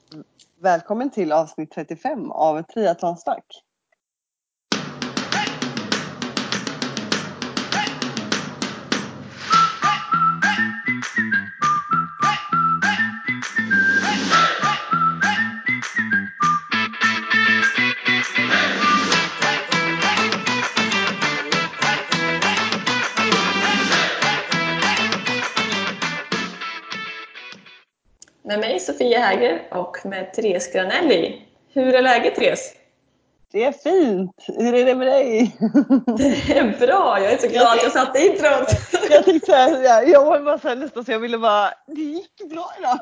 Välkommen till avsnitt 35 av Triathlonsnack. Med mig Sofia Häger och med Therese Granelli. Hur är läget, Therese? Det är fint. Hur är det med dig? Det är bra, jag är så glad att jag satte introt. Jag tänkte så här, jag var bara så här nästan så jag ville bara, det gick bra idag.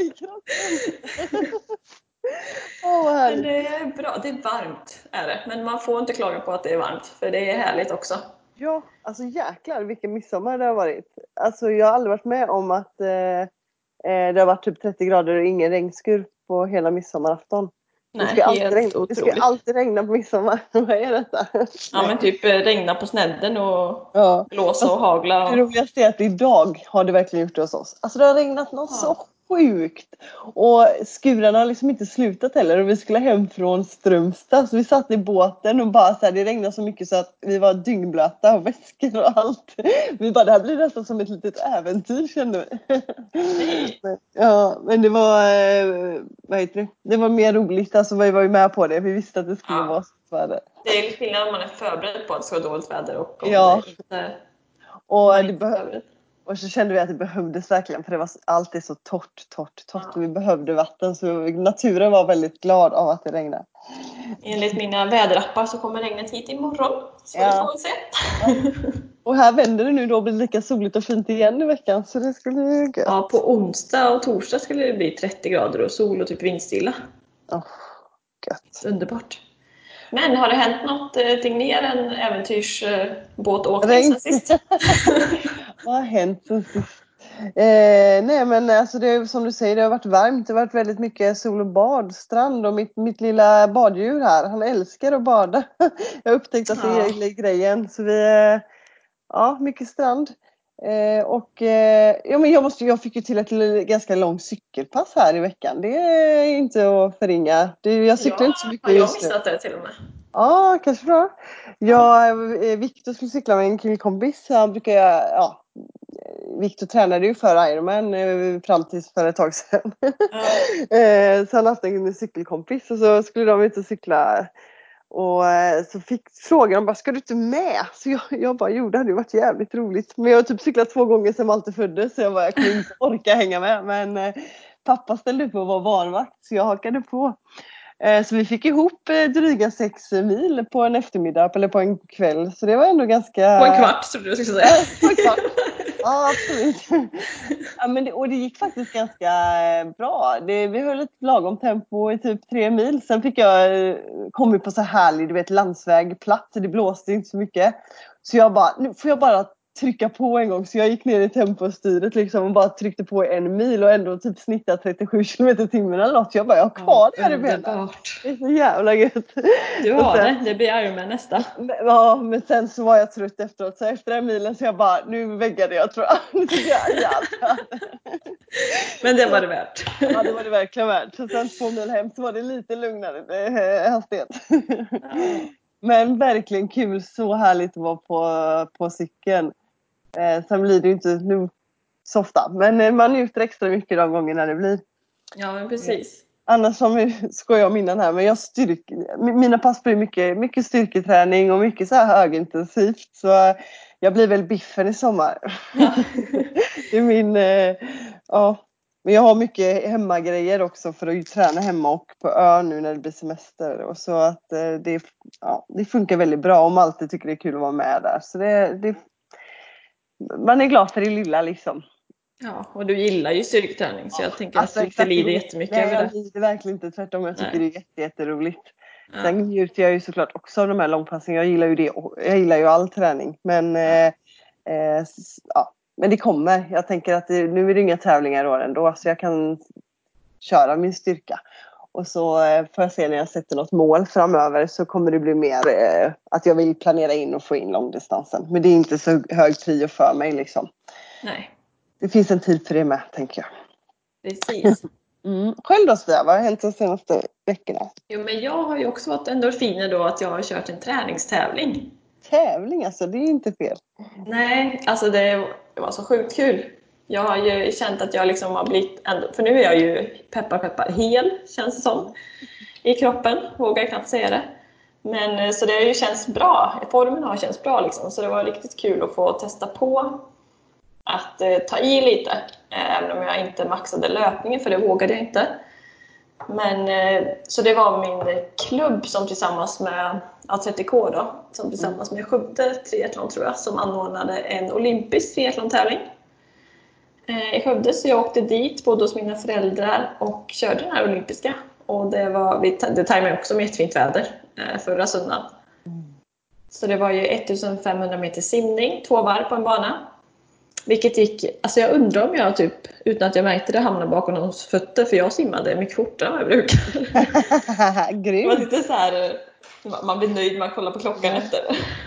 Men det är bra, det är varmt är det. Men man får inte klaga på att det är varmt, för det är härligt också. Ja, alltså jäklar vilken midsommar det har varit. Alltså jag har aldrig varit med om att det har varit typ 30 grader och ingen regnskur på hela midsommarafton. Nej, Det ska alltid regna på midsommar. Vad är detta? Ja, men typ regna på snedden och blåsa och hagla. Det roligaste är att idag har det verkligen gjort det hos oss. Alltså det har regnat något så sjukt. Och skurarna har liksom inte slutat heller. Och vi skulle hem från Strömstad. Så vi satt i båten och bara så här, det regnade så mycket så att vi var dyngblöta och väskor och allt. Vi bara, det här blir nästan som ett litet äventyr, kände vi. Men det var, vad heter det? Det var mer roligt. Alltså vi var ju med på det. Vi visste att det skulle vara så väder. Det är lite skillnad om man är förberedd på att det ska vara dåligt väder och om det inte och så kände vi att det behövdes verkligen, för det var alltid så torrt. Och vi behövde vatten, så naturen var väldigt glad av att det regnade. Enligt mina väderappar så kommer regnet hit imorgon. Så det får vi se. Och här vänder det nu då och blir lika soligt och fint igen i veckan. Så det skulle bli gött. Ja, på onsdag och torsdag skulle det bli 30 grader och sol och typ vindstilla. Gött. Underbart. Men har det hänt någonting mer än äventyrsbåtåkning sen sist? Vad har hänt sen sist? Nej, men alltså det är som du säger, det har varit varmt. Det har varit väldigt mycket sol och bad, strand, och mitt lilla baddjur här, han älskar att bada. Jag har upptäckt att det är grejen. Så mycket strand. Men jag fick ju till ett ganska långt cykelpass här i veckan. Det är inte att förringa. Jag cyklar inte så mycket just nu. Jag har missat det till och med. Ja, kanske bra. Victor skulle cykla med en killkompis. Han brukar Victor tränade ju för Ironman fram tills för ett tag sedan. Så han har haft en cykelkompis och så skulle de ut och cykla. Och så frågan bara, ska du inte med? Så jag bara, det hade ju varit jävligt roligt. Men jag har typ cyklat 2 gånger sedan Malte föddes. Så jag kommer inte orka hänga med. Men pappa ställde upp och var barnvakt, så jag hakade på. Så vi fick ihop dryga 6 mil på en eftermiddag eller på en kväll. Så det var ändå ganska... På en kvart, så du skulle säga. På en kvart. Ja, absolut. Och det gick faktiskt ganska bra. Vi höll ett lagom tempo i typ 3 mil. Sen fick jag komma på så härlig, landsväg platt. Det blåste inte så mycket. Så jag bara, nu får jag bara trycka på en gång. Så jag gick ner i tempostyret liksom och bara tryckte på 1 mil och ändå typ snittade 37 km/h eller något. Jag bara, jag har kvar det här i benen. Det är så jävla gött. Du har det blir Ironman nästa. Ja, men sen så var jag trött efteråt. Så efter 1 milen så jag bara, nu väggade jag, tror jag. Men det var det värt. Ja, det var det verkligen värt. Så sen 2 mil hem så var det lite lugnare hastighet. Men verkligen kul, så härligt att vara på cykeln. Sen blir det ju inte nu så ofta. Men man njuter extra mycket de gångerna det blir. Ja, men precis. Annars skojar jag om innan här, men mina pass blir mycket styrketräning och mycket så här högintensivt. Så jag blir väl biffen i sommar. Ja. Det är min, Men jag har mycket hemmagrejer också för att träna hemma och på ön nu när det blir semester. Och så att det funkar väldigt bra, om alltid tycker det är kul att vara med där. Så man är glad för det lilla liksom. Ja, och du gillar ju styrketräning, så jag tänker att du inte lider jättemycket över det. Nej, jag lider verkligen inte, tvärtom. Jag tycker det är jätteroligt. Ja. Sen njuter jag ju såklart också av de här långpassen. Jag gillar ju det. Jag gillar ju all träning. Men men det kommer. Jag tänker att nu är det inga tävlingar i år ändå, så jag kan köra min styrka. Och så får jag se när jag sätter något mål framöver, så kommer det bli mer att jag vill planera in och få in långdistansen. Men det är inte så hög prio för mig liksom. Nej. Det finns en tid för det med, tänker jag. Precis. Själv då, Sofia, vad har hänt de senaste veckorna? Jo, men jag har ju också fått endorfiner då att jag har kört en träningstävling. Tävling alltså, det är inte fel. Nej, alltså det var så sjukt kul. Jag har ju känt att jag liksom har blivit ändå, för nu är jag ju peppar hel, känns det som, i kroppen. Vågar knappt säga det. Men så det har ju känts bra. Formen har känts bra liksom. Så det var riktigt kul att få testa på att ta i lite. Även om jag inte maxade löpningen, för det vågade jag inte. Men så det var min klubb som tillsammans med 30K då, som tillsammans med Skövde triathlon tror jag, som anordnade en olympisk triathlon-tävling i Skövde. Så jag åkte dit både hos mina föräldrar och körde den här olympiska. Och det tajmade också med jättefint väder förra söndagen. Så det var ju 1500 meter simning, 2 varv på en bana. Vilket gick, alltså jag undrar om jag typ, utan att jag märkte det, hamnade bakom någons fötter, för jag simmade mycket fortare än vad jag brukar. Det var lite så här, man blir nöjd när man kollar på klockan efter.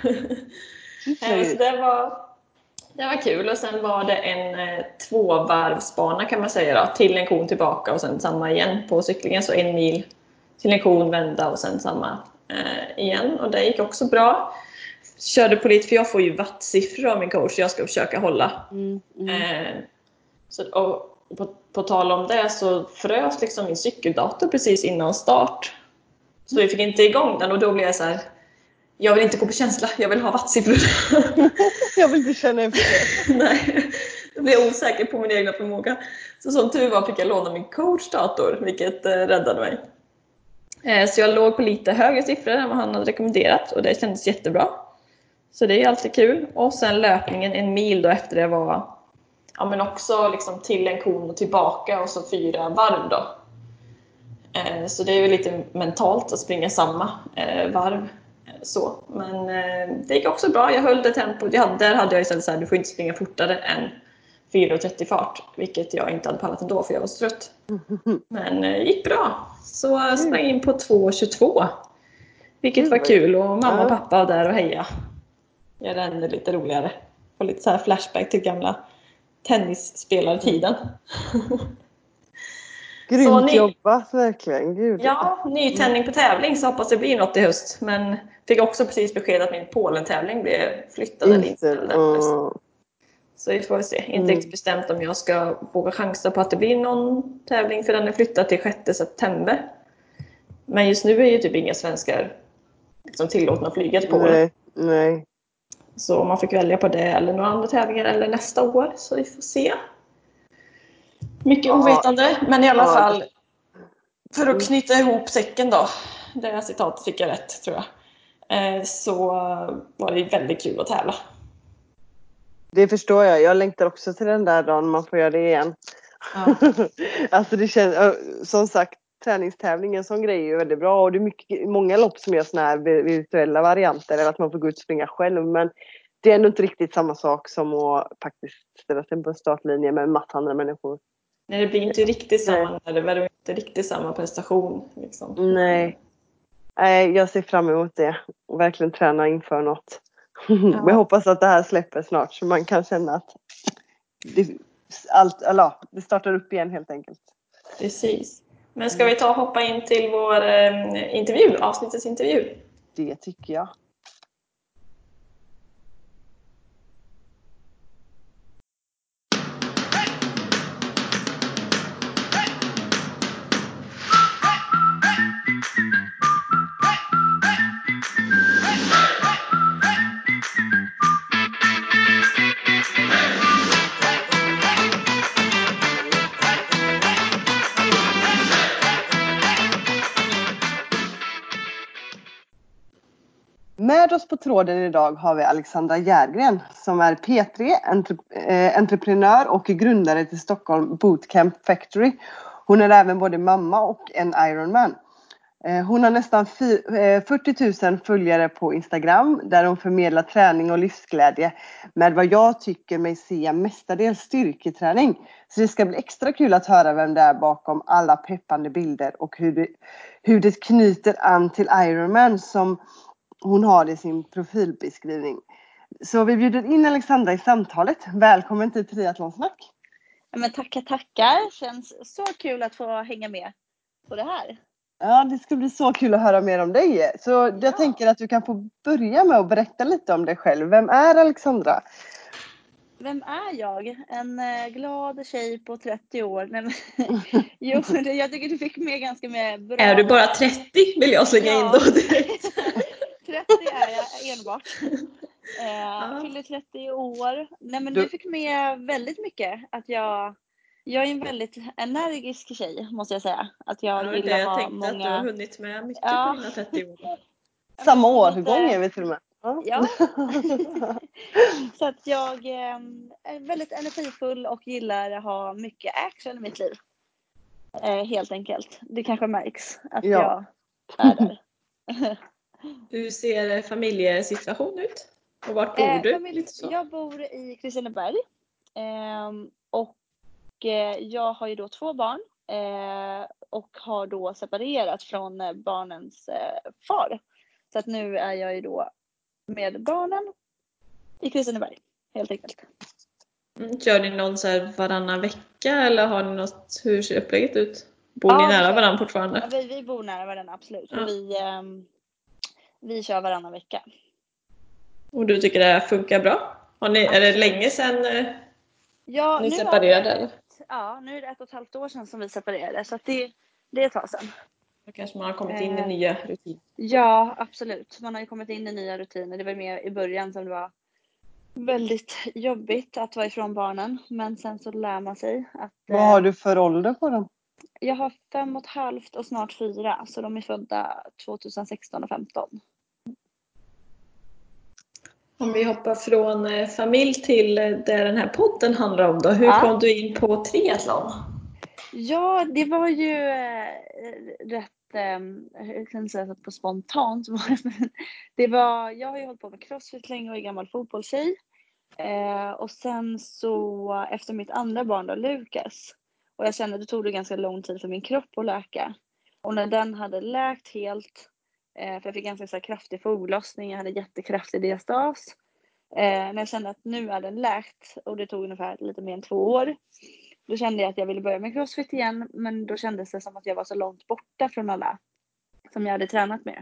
Så det var kul. Och sen var det en 2-varvsbana kan man säga då, till en kon tillbaka och sen samma igen på cyklingen. Så 1 mil till en kon, vända och sen samma igen. Och det gick också bra. Körde på lite, för jag får ju wattsiffror av min coach, jag ska försöka hålla. Så, och på tal om det så frös liksom min cykeldator precis innan start. Så vi fick inte igång den, och då blev jag så här: jag vill inte gå på känsla, jag vill ha wattsiffror. Jag vill inte känna efter det. Nej, jag blev osäker på min egna förmåga. Så som tur var fick jag låna min coachdator, vilket räddade mig. Så jag låg på lite högre siffror än vad han hade rekommenderat, och det kändes jättebra. Så det är alltid kul. Och sen löpningen 1 mil då efter det var, ja, men också liksom till en kon och tillbaka, och så 4 varv då. Så det är ju lite mentalt att springa samma varv. Så. Men det gick också bra. Jag höll det tempot. Där hade jag istället så här: du får inte springa fortare än 4:30 fart. Vilket jag inte hade pallat ändå, för jag var så trött. Men det gick bra. Så jag sprang in på 2:22. Vilket var kul. Och mamma och pappa var där och heja. Jag rände lite roligare. Och lite så här flashback till gamla tennisspelartiden. Grymt jobbat, verkligen. Gud. Ja, nytändning på tävling, så hoppas det blir något i höst. Men fick också precis besked att min Polen-tävling blev flyttad eller inställd. Så vi får se. Inte riktigt bestämt om jag ska våga chansa på att det blir någon tävling, för den är flyttad till 6 september. Men just nu är ju typ inga svenskar liksom tillåtna att flyga till Polen. Nej. Så man fick välja på det eller några andra tävlingar eller nästa år. Så vi får se. Mycket ovetande, men i alla fall, för att knyta ihop säcken då, det här citatet fick jag rätt tror jag, så var det väldigt kul att tävla. Det förstår jag. Jag längtar också till den där dagen man får göra det igen. Ja. Alltså det känns, som sagt, träningstävling, en sån grej är ju väldigt bra. Och det är många lopp som gör såna här virtuella varianter, eller att man får gå ut och springa själv. Men det är ändå inte riktigt samma sak som att faktiskt ställa sig på startlinjen med en massa andra människor. Nej, det blir inte riktigt samma, det var inte riktigt samma prestation. Liksom. Nej, jag ser fram emot det. Och verkligen träna inför något. Ja. Men jag hoppas att det här släpper snart, så man kan känna att det startar upp igen helt enkelt. Precis. Men ska vi hoppa in till vår avsnittets intervju? Det tycker jag. Med oss på tråden idag har vi Alexandra Järgren som är P3, entreprenör och grundare till Stockholm Bootcamp Factory. Hon är även både mamma och en Ironman. Hon har nästan 40 000 följare på Instagram där hon förmedlar träning och livsglädje med vad jag tycker mig se mestadels styrketräning. Så det ska bli extra kul att höra vem det är bakom alla peppande bilder och hur det knyter an till Ironman som hon har i sin profilbeskrivning. Så vi bjuder in Alexandra i samtalet. Välkommen till Triathlonsnack. Men tackar. Känns så kul att få hänga med på det här. Ja, det ska bli så kul att höra mer om dig. Så jag tänker att du kan få börja med att berätta lite om dig själv. Vem är Alexandra? Vem är jag? En glad tjej på 30 år. Nej, men, jo, jag tycker du fick med ganska med bra. Är du bara 30 vill jag slänga in då direkt. 30 är jag enbart. Fyller 30 år. Nej, men du fick med väldigt mycket. Att jag är en väldigt energisk tjej, måste jag säga. Att jag gillar det att ha jag tänkte många... att du har hunnit med mycket på dina 30 år. Samma årgång är vi till och med. Ja. Så att jag är väldigt energifull och gillar att ha mycket action i mitt liv. Helt enkelt. Det kanske märks att jag är där. Hur ser familjesituation ut? Och vart bor du? Lite så. Jag bor i Kristineberg. Och jag har ju då 2 barn. Och har då separerat från barnens far. Så att nu är jag ju då med barnen i Kristineberg. Helt enkelt. Gör ni någon så här varannan vecka eller har ni något, hur ser upplägget ut? Bor ni nära varandra fortfarande? Ja, vi bor nära varandra, absolut. Ja. Vi kör varannan vecka. Och du tycker det funkar bra? Är det länge sedan ni separerade? Nu är det 1,5 år sedan som vi separerade. Så att det är ett tag sedan. Då kanske man har kommit in i nya rutiner. Ja, absolut. Man har ju kommit in i nya rutiner. Det var mer i början som det var väldigt jobbigt att vara ifrån barnen. Men sen så lär man sig att... Vad har du för ålder på dem? Jag har 5,5 och snart 4. Så de är födda 2016 och 15. Om vi hoppar från familj till det den här podden handlar om då. Hur kom du in på triathlon? Ja, det var ju rätt... jag kan säga att på spontant jag har ju hållit på med crossfit länge och är gammal fotbollstjej. Och sen så efter mitt andra barn då, Lukas, och jag kände att det tog ganska lång tid för min kropp att läka. Och när den hade läkt helt, för jag fick ganska så här kraftig foglossning, jag hade jättekraftig diastas. När jag kände att nu är den läkt, och det tog ungefär lite mer än 2 år, då kände jag att jag ville börja med crossfit igen, men då kändes det som att jag var så långt borta från alla som jag hade tränat med.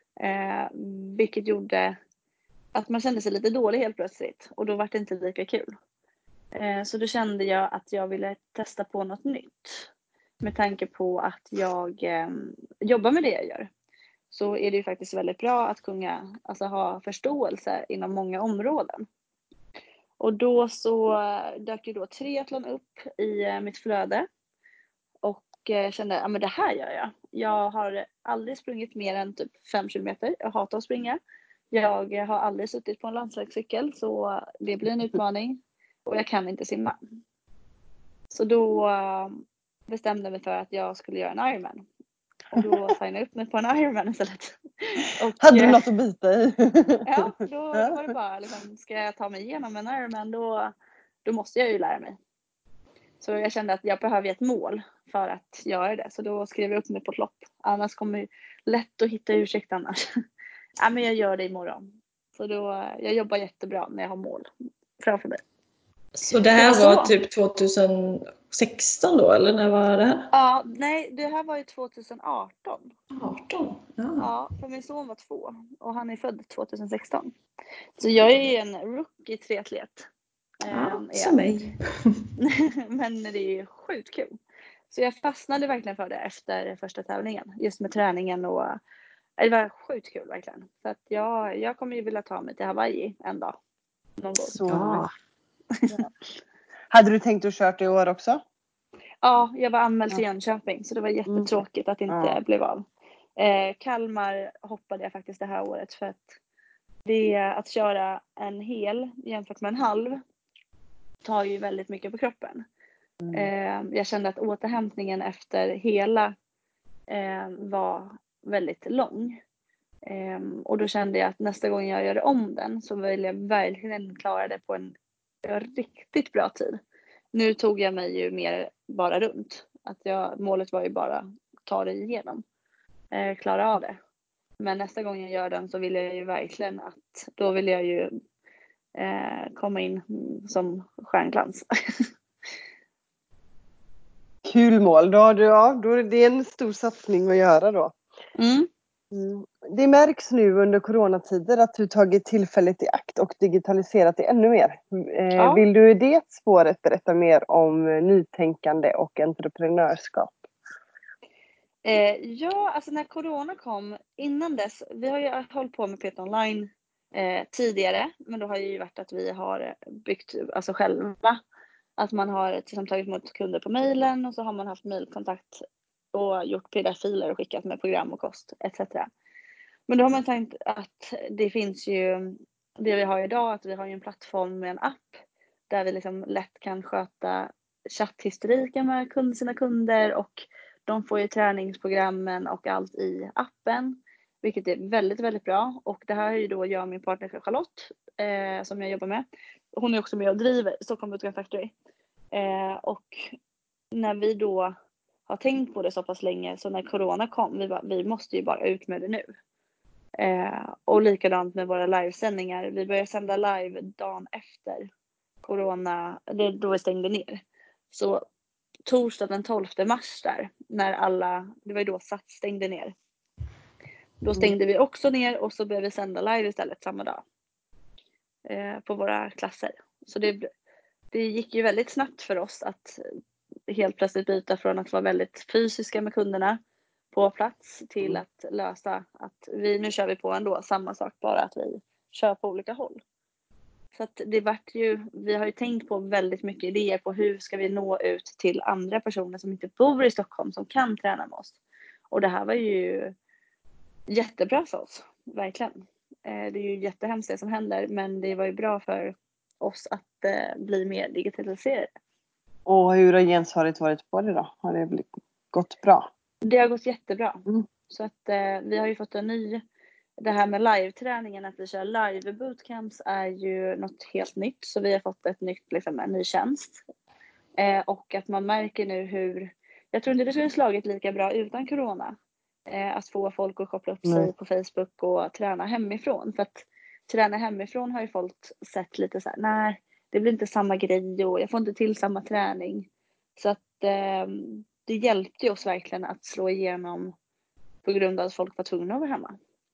Vilket gjorde att man kände sig lite dålig helt plötsligt, och då var det inte lika kul. Så då kände jag att jag ville testa på något nytt. Med tanke på att jag jobbar med det jag gör, så är det ju faktiskt väldigt bra att kunna ha förståelse inom många områden. Och då så dök ju då triathlon upp i mitt flöde. Och kände att det här gör jag. Jag har aldrig sprungit mer än typ 5 kilometer. Jag hatar att springa. Jag har aldrig suttit på en landsvägscykel, så det blir en utmaning. Och jag kan inte simma. Så då bestämde jag mig för att jag skulle göra en Ironman. Och då signade jag upp mig på en Ironman istället. Och, hade du något att bita i? Ja, då var det bara ska jag ta mig igenom en Ironman, då måste jag ju lära mig. Så jag kände att jag behöver ett mål för att göra det. Så då skrev jag upp mig på ett lopp. Annars kommer det lätt att hitta ursäkt annars. Men jag gör det imorgon. Så jag jobbar jättebra när jag har mål framför mig. Så det här var typ 2016 då, eller när var det här? Ja, nej, det här var ju 2018. 18? Ja, för min son var 2 och han är född 2016. Så jag är en rookie triatlet. Som mig. Men det är sjukt kul. Så jag fastnade verkligen för det efter första tävlingen. Just med träningen, och det var sjukt kul verkligen. Så att jag kommer ju vilja ta mig till Hawaii en dag. Någon gång. Så. Ja. Hade du tänkt att köra det i år också? Ja, jag var anmäld till Jönköping, så det var jättetråkigt att det inte blev av. Kalmar hoppade jag faktiskt det här året, för att det att köra en hel jämfört med en halv tar ju väldigt mycket på kroppen. Jag kände att återhämtningen efter hela var väldigt lång. Och då kände jag att nästa gång jag gör om den så vill jag verkligen klara det på en riktigt bra tid. Nu tog jag mig ju mer bara runt. Målet var ju bara ta det igenom. Klara av det. Men nästa gång jag gör den så vill jag ju verkligen då vill jag ju komma in som stjärnglans. kul mål. Då är det en stor satsning att göra då. Mm. Det märks nu under coronatider att du tagit tillfället i akt och digitaliserat det ännu mer. Ja. Vill du i det spåret berätta mer om nytänkande och entreprenörskap? Ja, alltså när corona kom, innan dess, vi har ju hållit på med Peter Online tidigare, men då har det ju varit att vi har byggt alltså själva. Att man har liksom tagit emot kunder på mejlen och så har man haft mejlkontakt och gjort pdf-filer och skickat med program och kost etc. Men då har man tänkt att det finns ju det vi har idag, att vi har ju en plattform med en app där vi liksom lätt kan sköta chatthistoriken med sina kunder och de får ju träningsprogrammen och allt i appen, vilket är väldigt, väldigt bra. Och det här är ju då jag och min partner Charlotte som jag jobbar med. Hon är också med och driver Stockholm Bootcamp Factory. Och när vi då har tänkt på det så pass länge, så när corona kom, vi måste ju bara ut med det nu. Och likadant med våra livesändningar. Vi började sända live dagen efter corona, då vi stängde ner. Så torsdag den 12 mars där, det var ju då Sats stängde ner. Då stängde vi också ner och så började vi sända live istället samma dag. På våra klasser. Så det gick ju väldigt snabbt för oss att helt plötsligt byta från att vara väldigt fysiska med kunderna på plats till att lösa att nu kör vi på ändå samma sak, bara att vi kör på olika håll. Så att vi har ju tänkt på väldigt mycket idéer på hur ska vi nå ut till andra personer som inte bor i Stockholm som kan träna med oss. Och det här var ju jättebra för oss, verkligen. Det är ju jättehemskt det som händer, men det var ju bra för oss att bli mer digitaliserade. Och hur har gensvaret varit på det då? Har det gått bra? Det har gått jättebra. Så att vi har ju fått det här med live-träningen, att vi kör live bootcamps, är ju något helt nytt. Så vi har fått en ny tjänst. Och att man märker nu jag tror inte det skulle slagit lika bra utan corona. Att få folk att koppla upp sig på Facebook och träna hemifrån. För att träna hemifrån har ju folk sett lite så här: nej, det blir inte samma grej och jag får inte till samma träning. Så att det hjälpte ju oss verkligen att slå igenom på grund av att folk var tvungna att vara hemma.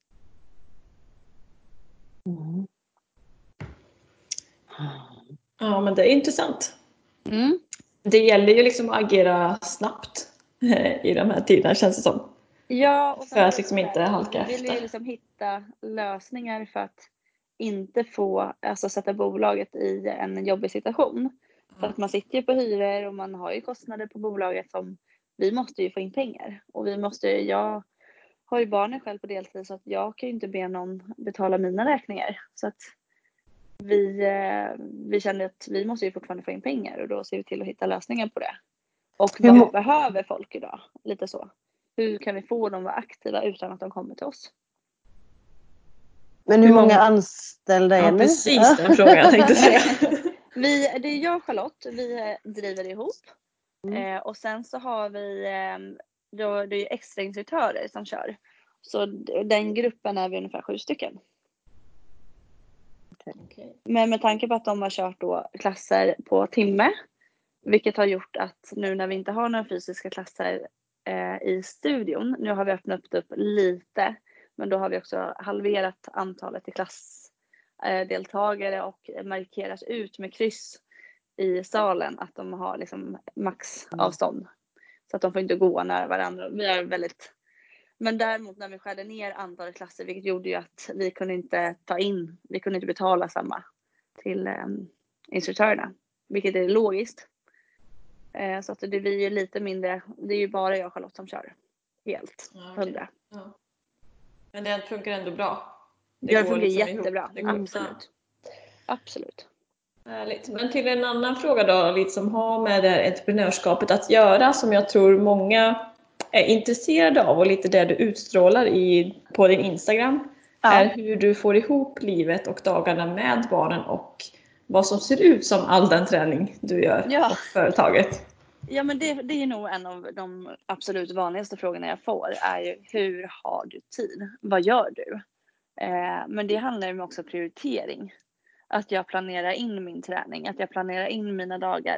Ja, men det är intressant. Mm. Det gäller ju liksom att agera snabbt i de här tiderna, känns det som. Ja, och för att liksom inte halka vi vill efter. ju liksom hitta lösningar för att inte sätta bolaget i en jobbig situation. För att man sitter ju på hyror och man har ju kostnader på bolaget som vi måste ju få in pengar. Och jag har ju barnen själv på deltid, så att jag kan ju inte be någon betala mina räkningar. Så att vi kände att vi måste ju fortfarande få in pengar, och då ser vi till att hitta lösningar på det. Och vad behöver folk idag? Lite så. Hur kan vi få dem att vara aktiva utan att de kommer till oss? Men hur många anställda är ni? Ja, precis den frågan jag tänkte säga. Det är jag och Charlotte, vi driver ihop. Och sen så har vi det är extra instruktörer som kör. Så den gruppen är vi ungefär 7 stycken. Okay. Men med tanke på att de har kört då klasser på timme, vilket har gjort att nu när vi inte har några fysiska klasser i studion, nu har vi öppnat upp lite, men då har vi också halverat antalet i klassdeltagare och markerat ut med kryss i salen att de har liksom maxavstånd. Så att de får inte gå nära varandra. Men däremot när vi skärde ner antalet klasser, vilket gjorde ju att vi kunde inte betala samma till instruktörerna, vilket är logiskt. Så att det blir ju lite mindre. Det är ju bara jag och Charlotte som kör helt 100. Ja. Men det funkar ändå bra. Det funkar liksom jättebra. Absolut. Absolut. Härligt. Men till en annan fråga då, lite som har med det här entreprenörskapet att göra, som jag tror många är intresserade av, och lite det du utstrålar på din Instagram, är hur du får ihop livet och dagarna med barnen och vad som ser ut som all den träning du gör och företaget. Ja, men det är nog en av de absolut vanligaste frågorna jag får, är ju: hur har du tid? Vad gör du? Men det handlar ju också om prioritering. Att jag planerar in min träning, att jag planerar in mina dagar.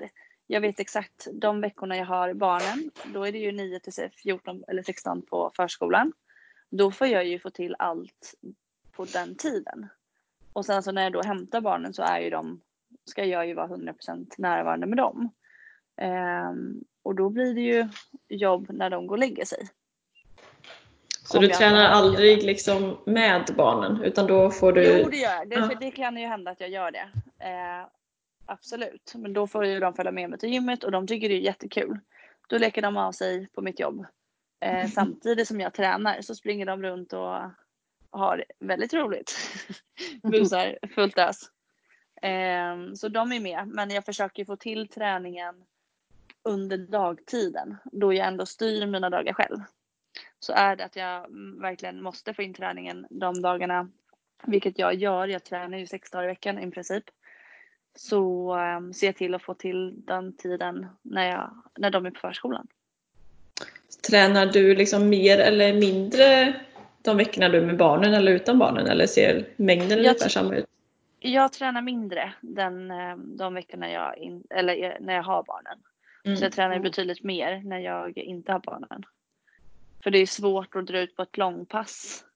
jag vet exakt de veckorna jag har barnen. Då är det ju 9 till 14 eller 16 på förskolan. Då får jag ju få till allt på den tiden. Och sen så när jag då hämtar barnen så är ju ska jag ju vara 100% närvarande med dem. Och då blir det ju jobb när de går och lägger sig. Så du tränar aldrig liksom med barnen, utan då får du... Jo, det gör jag. Det kan ju hända att jag gör det. Absolut. Men då får ju de följa med mig till gymmet och de tycker det är jättekul. Då leker de av sig på mitt jobb. Samtidigt som jag tränar så springer de runt och har väldigt roligt. Busar fullt ös. Så de är med. Men jag försöker få till träningen under dagtiden. Då jag ändå styr mina dagar själv. Så är det att jag verkligen måste få in träningen de dagarna. Vilket jag gör. Jag tränar ju 6 dagar i veckan i princip. Så ser jag till att få till den tiden när de är på förskolan. Tränar du liksom mer eller mindre de veckorna du är med barnen eller utan barnen? Eller ser mängden ungefär samma ut? Jag tränar mindre de veckorna när jag har barnen. Så jag tränar betydligt mer när jag inte har barnen. För det är svårt att dra ut på ett långpass.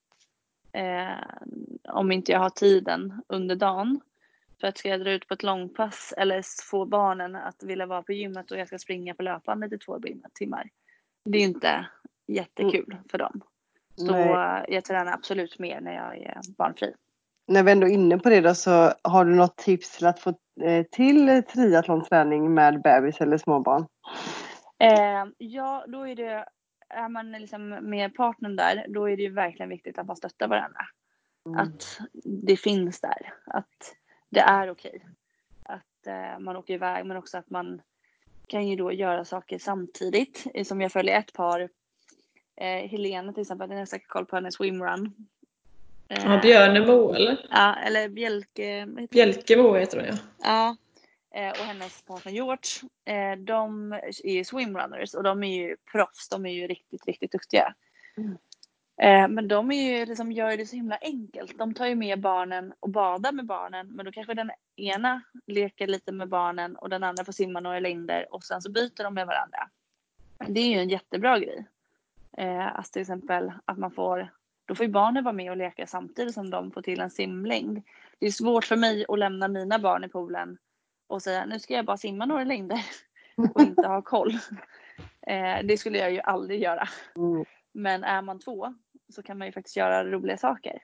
Om inte jag har tiden under dagen. För att ska jag dra ut på ett långpass eller få barnen att vilja vara på gymmet och jag ska springa på löpande till 2 timmar. Det är inte jättekul för dem. Så jag tränar absolut mer när jag är barnfri. När vi ändå är inne på det då, så har du något tips till att få till triathlonträning med bebis eller småbarn? Ja, då är man liksom med partnern där, då är det ju verkligen viktigt att man stöttar varandra. Att det finns där. Att det är okej. Att man åker iväg, men också att man kan ju då göra saker samtidigt. Som jag följer ett par. Helena till exempel, den har säkert koll på hennes swimrun. Björnemo eller? Ja, eller Bjälkemo heter hon, ja. Ja. Och hennes partner George. De är ju swimrunners och de är ju proffs. De är ju riktigt, riktigt duktiga. Men de är ju liksom, gör det så himla enkelt. De tar ju med barnen och badar med barnen. Men då kanske den ena leker lite med barnen och den andra får simma några längder. Och sen så byter de med varandra. Det är ju en jättebra grej. Alltså till exempel att då får ju barnen vara med och leka samtidigt som de får till en simlängd. Det är svårt för mig att lämna mina barn i poolen och säga nu ska jag bara simma några längder och inte ha koll. Det skulle jag ju aldrig göra. Men är man 2 så kan man ju faktiskt göra roliga saker.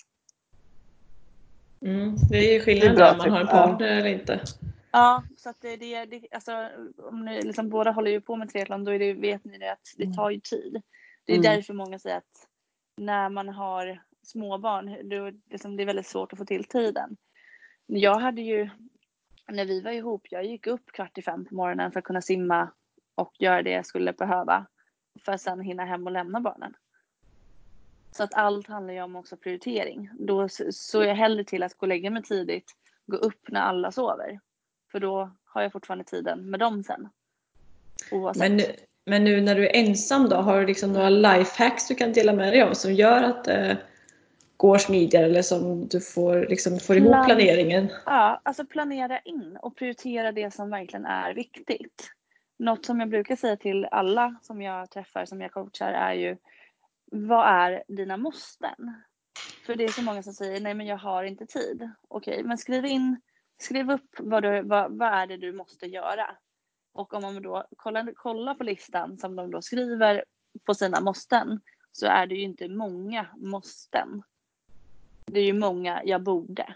Det är ju skillnad där om man har en partner eller inte. Ja, så att alltså, om ni liksom båda håller ju på med triathlon, då vet ni det att det tar ju tid. Det är därför många säger att när man har småbarn, det är väldigt svårt att få till tiden. Jag hade ju, när vi var ihop, jag gick upp 4:45 på morgonen för att kunna simma och göra det jag skulle behöva för att sen hinna hem och lämna barnen. Så att allt handlar ju om också prioritering. Då så är jag hellre till att gå och lägga mig tidigt, gå upp när alla sover. För då har jag fortfarande tiden med dem sen. Oavsett. Men nu när du är ensam då, har du liksom några lifehacks du kan dela med dig om som gör att det går smidigare eller som du får ihop planeringen? Ja, alltså planera in och prioritera det som verkligen är viktigt. Något som jag brukar säga till alla som jag träffar, som jag coachar, är ju vad är dina måsten? För det är så många som säger nej men jag har inte tid. Okej, men skriv upp vad är det du måste göra. Och om man då kollar på listan som de då skriver på sina måsten, så är det ju inte många måsten. Det är ju många jag borde.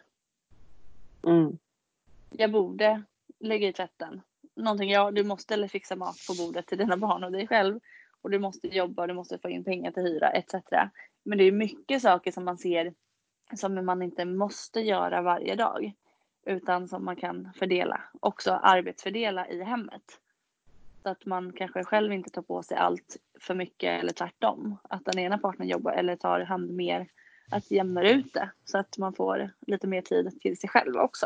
Jag borde lägga i tvätten. Du måste fixa mat på bordet till dina barn och dig själv. Och du måste jobba, du måste få in pengar till hyra etc. Men det är mycket saker som man ser som man inte måste göra varje dag. Utan som man kan fördela. Också arbetsfördela i hemmet. Så att man kanske själv inte tar på sig allt för mycket eller tvärtom. Att den ena partnern jobbar eller tar hand mer att jämna ut det. Så att man får lite mer tid till sig själv också.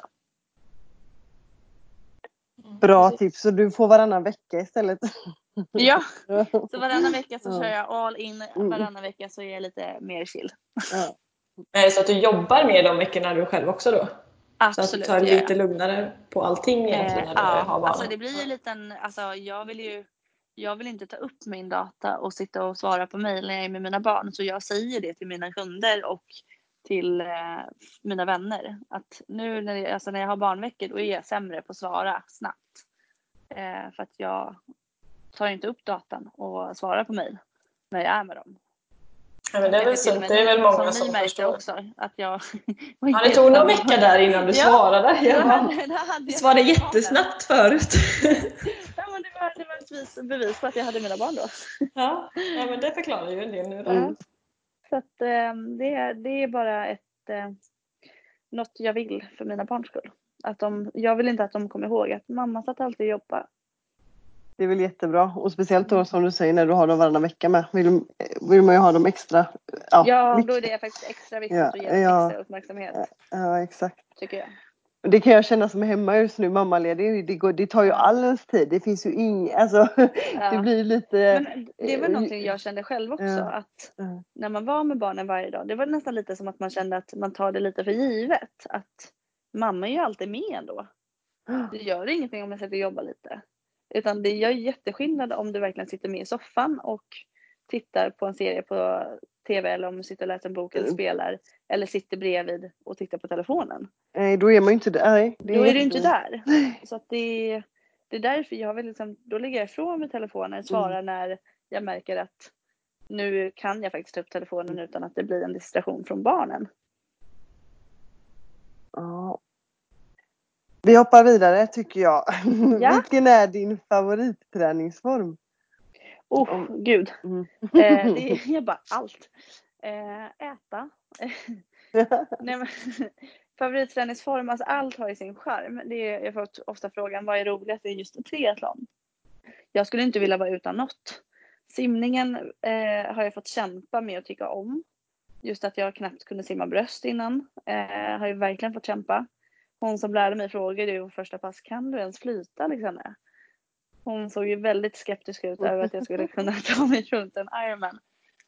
Bra tips, så du får varannan vecka istället. Ja, så varannan vecka så kör jag all in. Varannan vecka så är jag lite mer chill. Är det så att du jobbar med de veckorna du själv också då? Så att du Absolut, tar det gör lite jag. lugnare på allting egentligen när du Ja, har barnen. alltså det blir en liten, alltså jag vill inte ta upp min data och sitta och svara på mejl när jag är med mina barn. Så jag säger det till mina kunder och till mina vänner. Att nu när jag har barnveckor då är jag sämre på att svara snabbt. För att jag tar inte upp datan och svarar på mejl när jag är med dem. Ja, men det är väl Till och sunt. med Det är väl många som ni som märkte förstår. också att jag var Ja, inte det tog någon jättesnabb. vecka där innan du svarade. Jag bara, hade jag svarade mina barn där. jättesnabbt förut. Ja, men det var ett bevis på att jag hade mina barn då. Ja, men det förklarar ju en del nu. Ja. Så att det är bara något jag vill för mina barns skull. Jag vill inte att de kommer ihåg att mamma satt alltid och jobbade. Det är väl jättebra. Och speciellt då som du säger när du har dem varannan vecka med. Vill man ju ha dem extra. Ja, då är det faktiskt extra viktigt att ge dem extra uppmärksamhet. Ja, exakt. Tycker jag. Det kan jag känna som hemma just nu, mammaledig. Det tar ju all ens tid. Det finns ju det blir lite... Men det var någonting jag kände själv också. Att när man var med barnen varje dag. Det var nästan lite som att man kände att man tar det lite för givet. Att mamma är ju alltid med ändå. Det gör ingenting om jag sitter och jobbar lite. Utan det gör jätteskillnad om du verkligen sitter med i soffan och tittar på en serie på tv. Eller om du sitter och läser en bok eller spelar. Eller sitter bredvid och tittar på telefonen. Nej, då är man ju inte där. Nej, Då är du inte där. Så att det är därför jag vill då lägger jag ifrån mig telefonen. Svarar när jag märker att nu kan jag faktiskt ta upp telefonen utan att det blir en distraktion från barnen. Ja. Vi hoppar vidare tycker jag. Ja. Vilken är din favoritträningsform? Gud. Det är bara allt. Äta. Nej, men, favoritträningsform, alltså allt har ju sin charm. Jag får ofta frågan, vad är roligast? Det är just triathlon. Jag skulle inte vilja vara utan något. Simningen har jag fått kämpa med att tycka om. Just att jag knappt kunde simma bröst innan. Har jag verkligen fått kämpa. Hon som lärde mig frågade ju på första pass, kan du ens flyta Alexandra? Hon såg ju väldigt skeptisk ut över att jag skulle kunna ta mig runt en Ironman.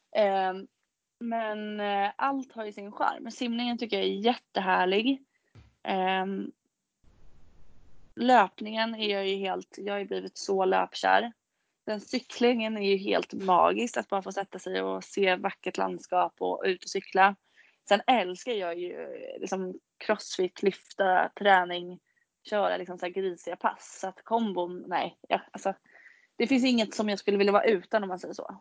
Men allt har ju sin charm. Simningen tycker jag är jättehärlig. Löpningen är jag har ju blivit så löpkär. Den cyklingen är ju helt magiskt att bara få sätta sig och se vackert landskap och ut och cykla. Sen älskar jag ju liksom crossfit, lyfta, träning, köra liksom så här grisiga pass. Så att kombon, nej. Ja, alltså, det finns inget som jag skulle vilja vara utan om man säger så.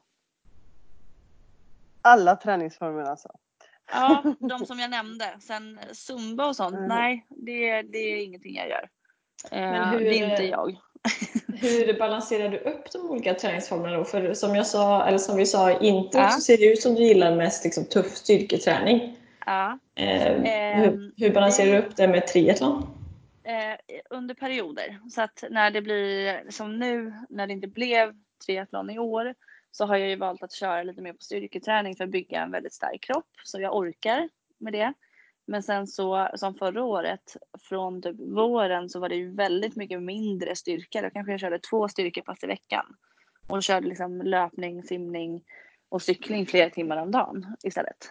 Alla träningsformer alltså? Ja, de som jag nämnde. Sen zumba och sånt, nej. Det är ingenting jag gör. Men det är inte jag. Hur balanserar du upp de olika träningsformerna då? För som jag sa, eller som vi sa i introt, så Ja. ser det ut som du gillar mest liksom, tuff styrketräning. Ja. Hur balanserar du upp det med triathlon? Under perioder. Så att när det blir som nu, när det inte blev triathlon i år, så har jag ju valt att köra lite mer på styrketräning för att bygga en väldigt stark kropp. Så jag orkar med det. Men sen så som förra året från typ våren så var det ju väldigt mycket mindre styrka. Då kanske jag körde 2 styrkepass i veckan. Och körde liksom löpning, simning och cykling flera timmar om dagen istället.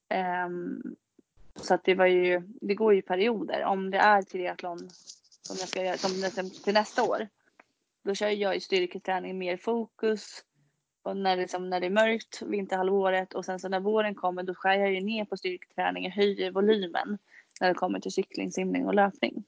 Så att det går ju perioder. Om det är triathlon som jag ska göra till nästa år. Då kör jag i styrketräning mer fokus. Och när det är mörkt vinterhalvåret och sen så när våren kommer då skär jag ju ner på styrketräning och höjer volymen när det kommer till cykling, simning och löpning.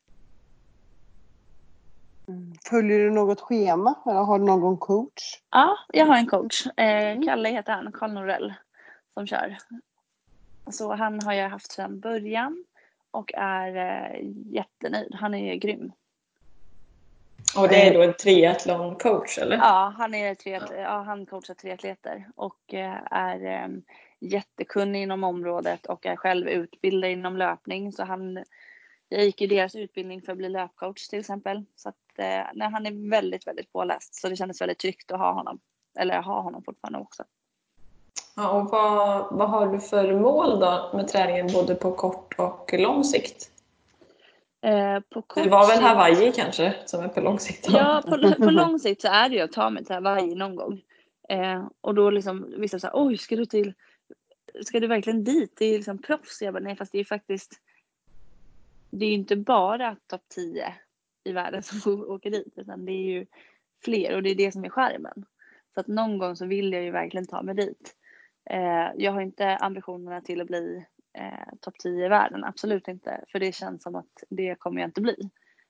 Följer du något schema eller har du någon coach? Ja, jag har en coach. Kalle heter han, Karl Norell, som kör. Så han har jag haft sedan början och är jättenöjd. Han är grym. Och det är då en triathlon-coach, eller? Ja, han coachar triatleter och är jättekunnig inom området och är själv utbildad inom löpning. Så jag gick i deras utbildning för att bli löpcoach till exempel. Så att han är väldigt, väldigt påläst. Så det kändes väldigt tryggt att ha honom. Eller ha honom fortfarande också. Ja, och vad har du för mål då med träningen både på kort och lång sikt? På kort Det var väl sikt, Hawaii kanske som är på lång sikt? Ja, på lång sikt så är det ju att ta mig till Hawaii någon gång. Och då liksom vissa säger, oj, ska du verkligen dit? Det är liksom proffs. Jag bara, nej, fast det är faktiskt det är ju inte bara topp 10 i världen som åker dit, utan det är ju fler och det är det som är skärmen. Så att någon gång så vill jag ju verkligen ta mig dit. Jag har inte ambitionerna till att bli topp 10 i världen, absolut inte. För det känns som att det kommer jag inte bli.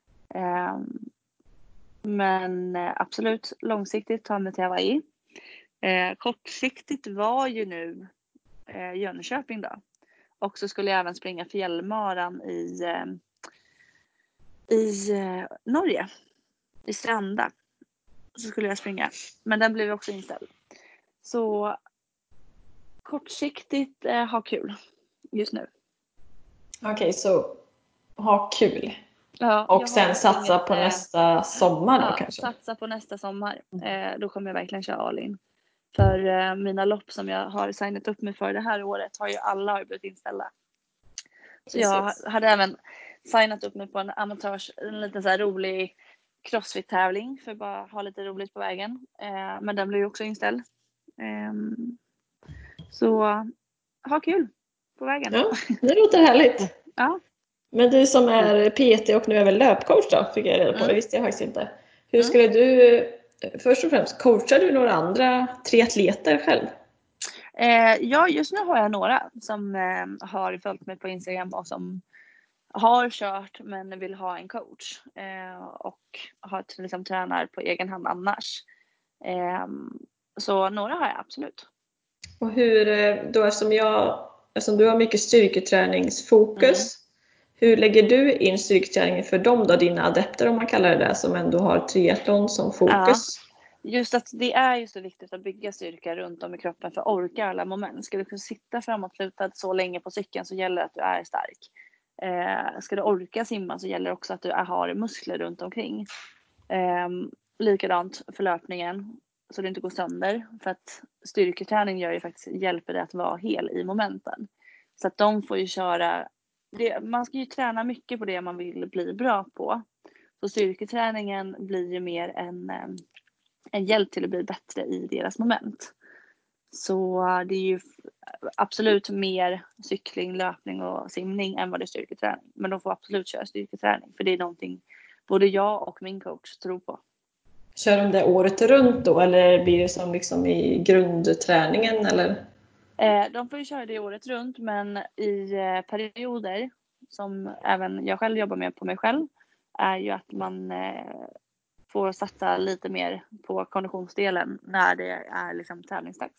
Men absolut, långsiktigt ta mig till Hawaii. Kortsiktigt var ju nu Jönköping då. Och så skulle jag även springa fjällmaran i Norge. I Stranda. Så skulle jag springa. Men den blev också inställd. Så kortsiktigt ha kul just nu. Okej, så ha kul. Ja, och sen satsa på nästa sommar då kanske? Satsa på nästa sommar. Då kommer jag verkligen köra all in. För mina lopp som jag har signat upp mig för det här året har ju alla blivit inställda. Så jag hade även signat upp mig på en liten så här rolig crossfit-tävling för att bara ha lite roligt på vägen. Men den blev ju också inställd. Så ha kul på vägen. Ja, det låter härligt. Ja. Men du som är PT och nu är väl löpcoach då, fick jag reda på. Det visste jag faktiskt inte. Hur skulle du, först och främst, coachar du några andra triatleter själv? Ja, just nu har jag några som har följt mig på Instagram och som har kört men vill ha en coach. Och har liksom tränar på egen hand annars. Så några har jag absolut. Och hur, då eftersom du har mycket styrketräningsfokus, hur lägger du in styrketräningen för dem då, dina adepter om man kallar det där, som ändå har triathlon som fokus? Ja, just att det är ju så viktigt att bygga styrka runt om i kroppen för att orka alla moment. Ska du kunna sitta framåtlutad så länge på cykeln så gäller det att du är stark. Ska du orka simma så gäller det också att du har muskler runt omkring. Likadant för löpningen så det inte går sönder. För att styrketräning hjälper dig att vara hel i momenten. Så att de får ju köra. Man ska ju träna mycket på det man vill bli bra på. Så styrketräningen blir ju mer en hjälp till att bli bättre i deras moment. Så det är ju absolut mer cykling, löpning och simning än vad det är styrketräning. Men de får absolut köra styrketräning. För det är någonting både jag och min coach tror på. Kör de det året runt då? Eller blir det som liksom i grundträningen? Eller? De får ju köra det året runt. Men i perioder som även jag själv jobbar med på mig själv. Är ju att man får satsa lite mer på konditionsdelen när det är liksom tävlingsdags.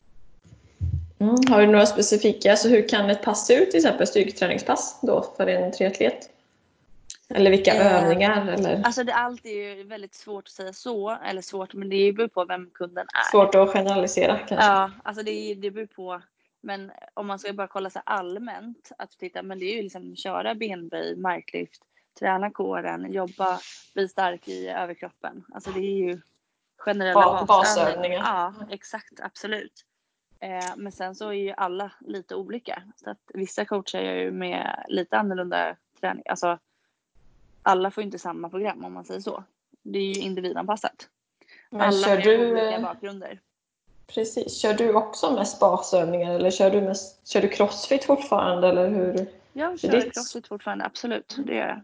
Har du några specifika, alltså hur kan ett pass se ut, till exempel styrketräningspass då för en triatlet? Eller vilka övningar? Eller? Alltså allt är ju väldigt svårt att säga så, eller svårt, men det beror på vem kunden är. Svårt att generalisera kanske. Ja, alltså det beror på, men om man ska bara kolla så allmänt, att titta, men det är ju liksom köra benböj, marklyft, träna kåren, jobba, bli stark i överkroppen. Alltså det är ju generella basövningar. Ja, exakt, absolut. Men sen så är ju alla lite olika. Så att vissa coachar ju med lite annorlunda träning. Alltså alla får inte samma program om man säger så. Det är ju individanpassat. Men alla har olika bakgrunder. Precis. Kör du också mest basövningar eller kör du crossfit fortfarande? Eller hur? Jag kör crossfit fortfarande, absolut. Det gör jag.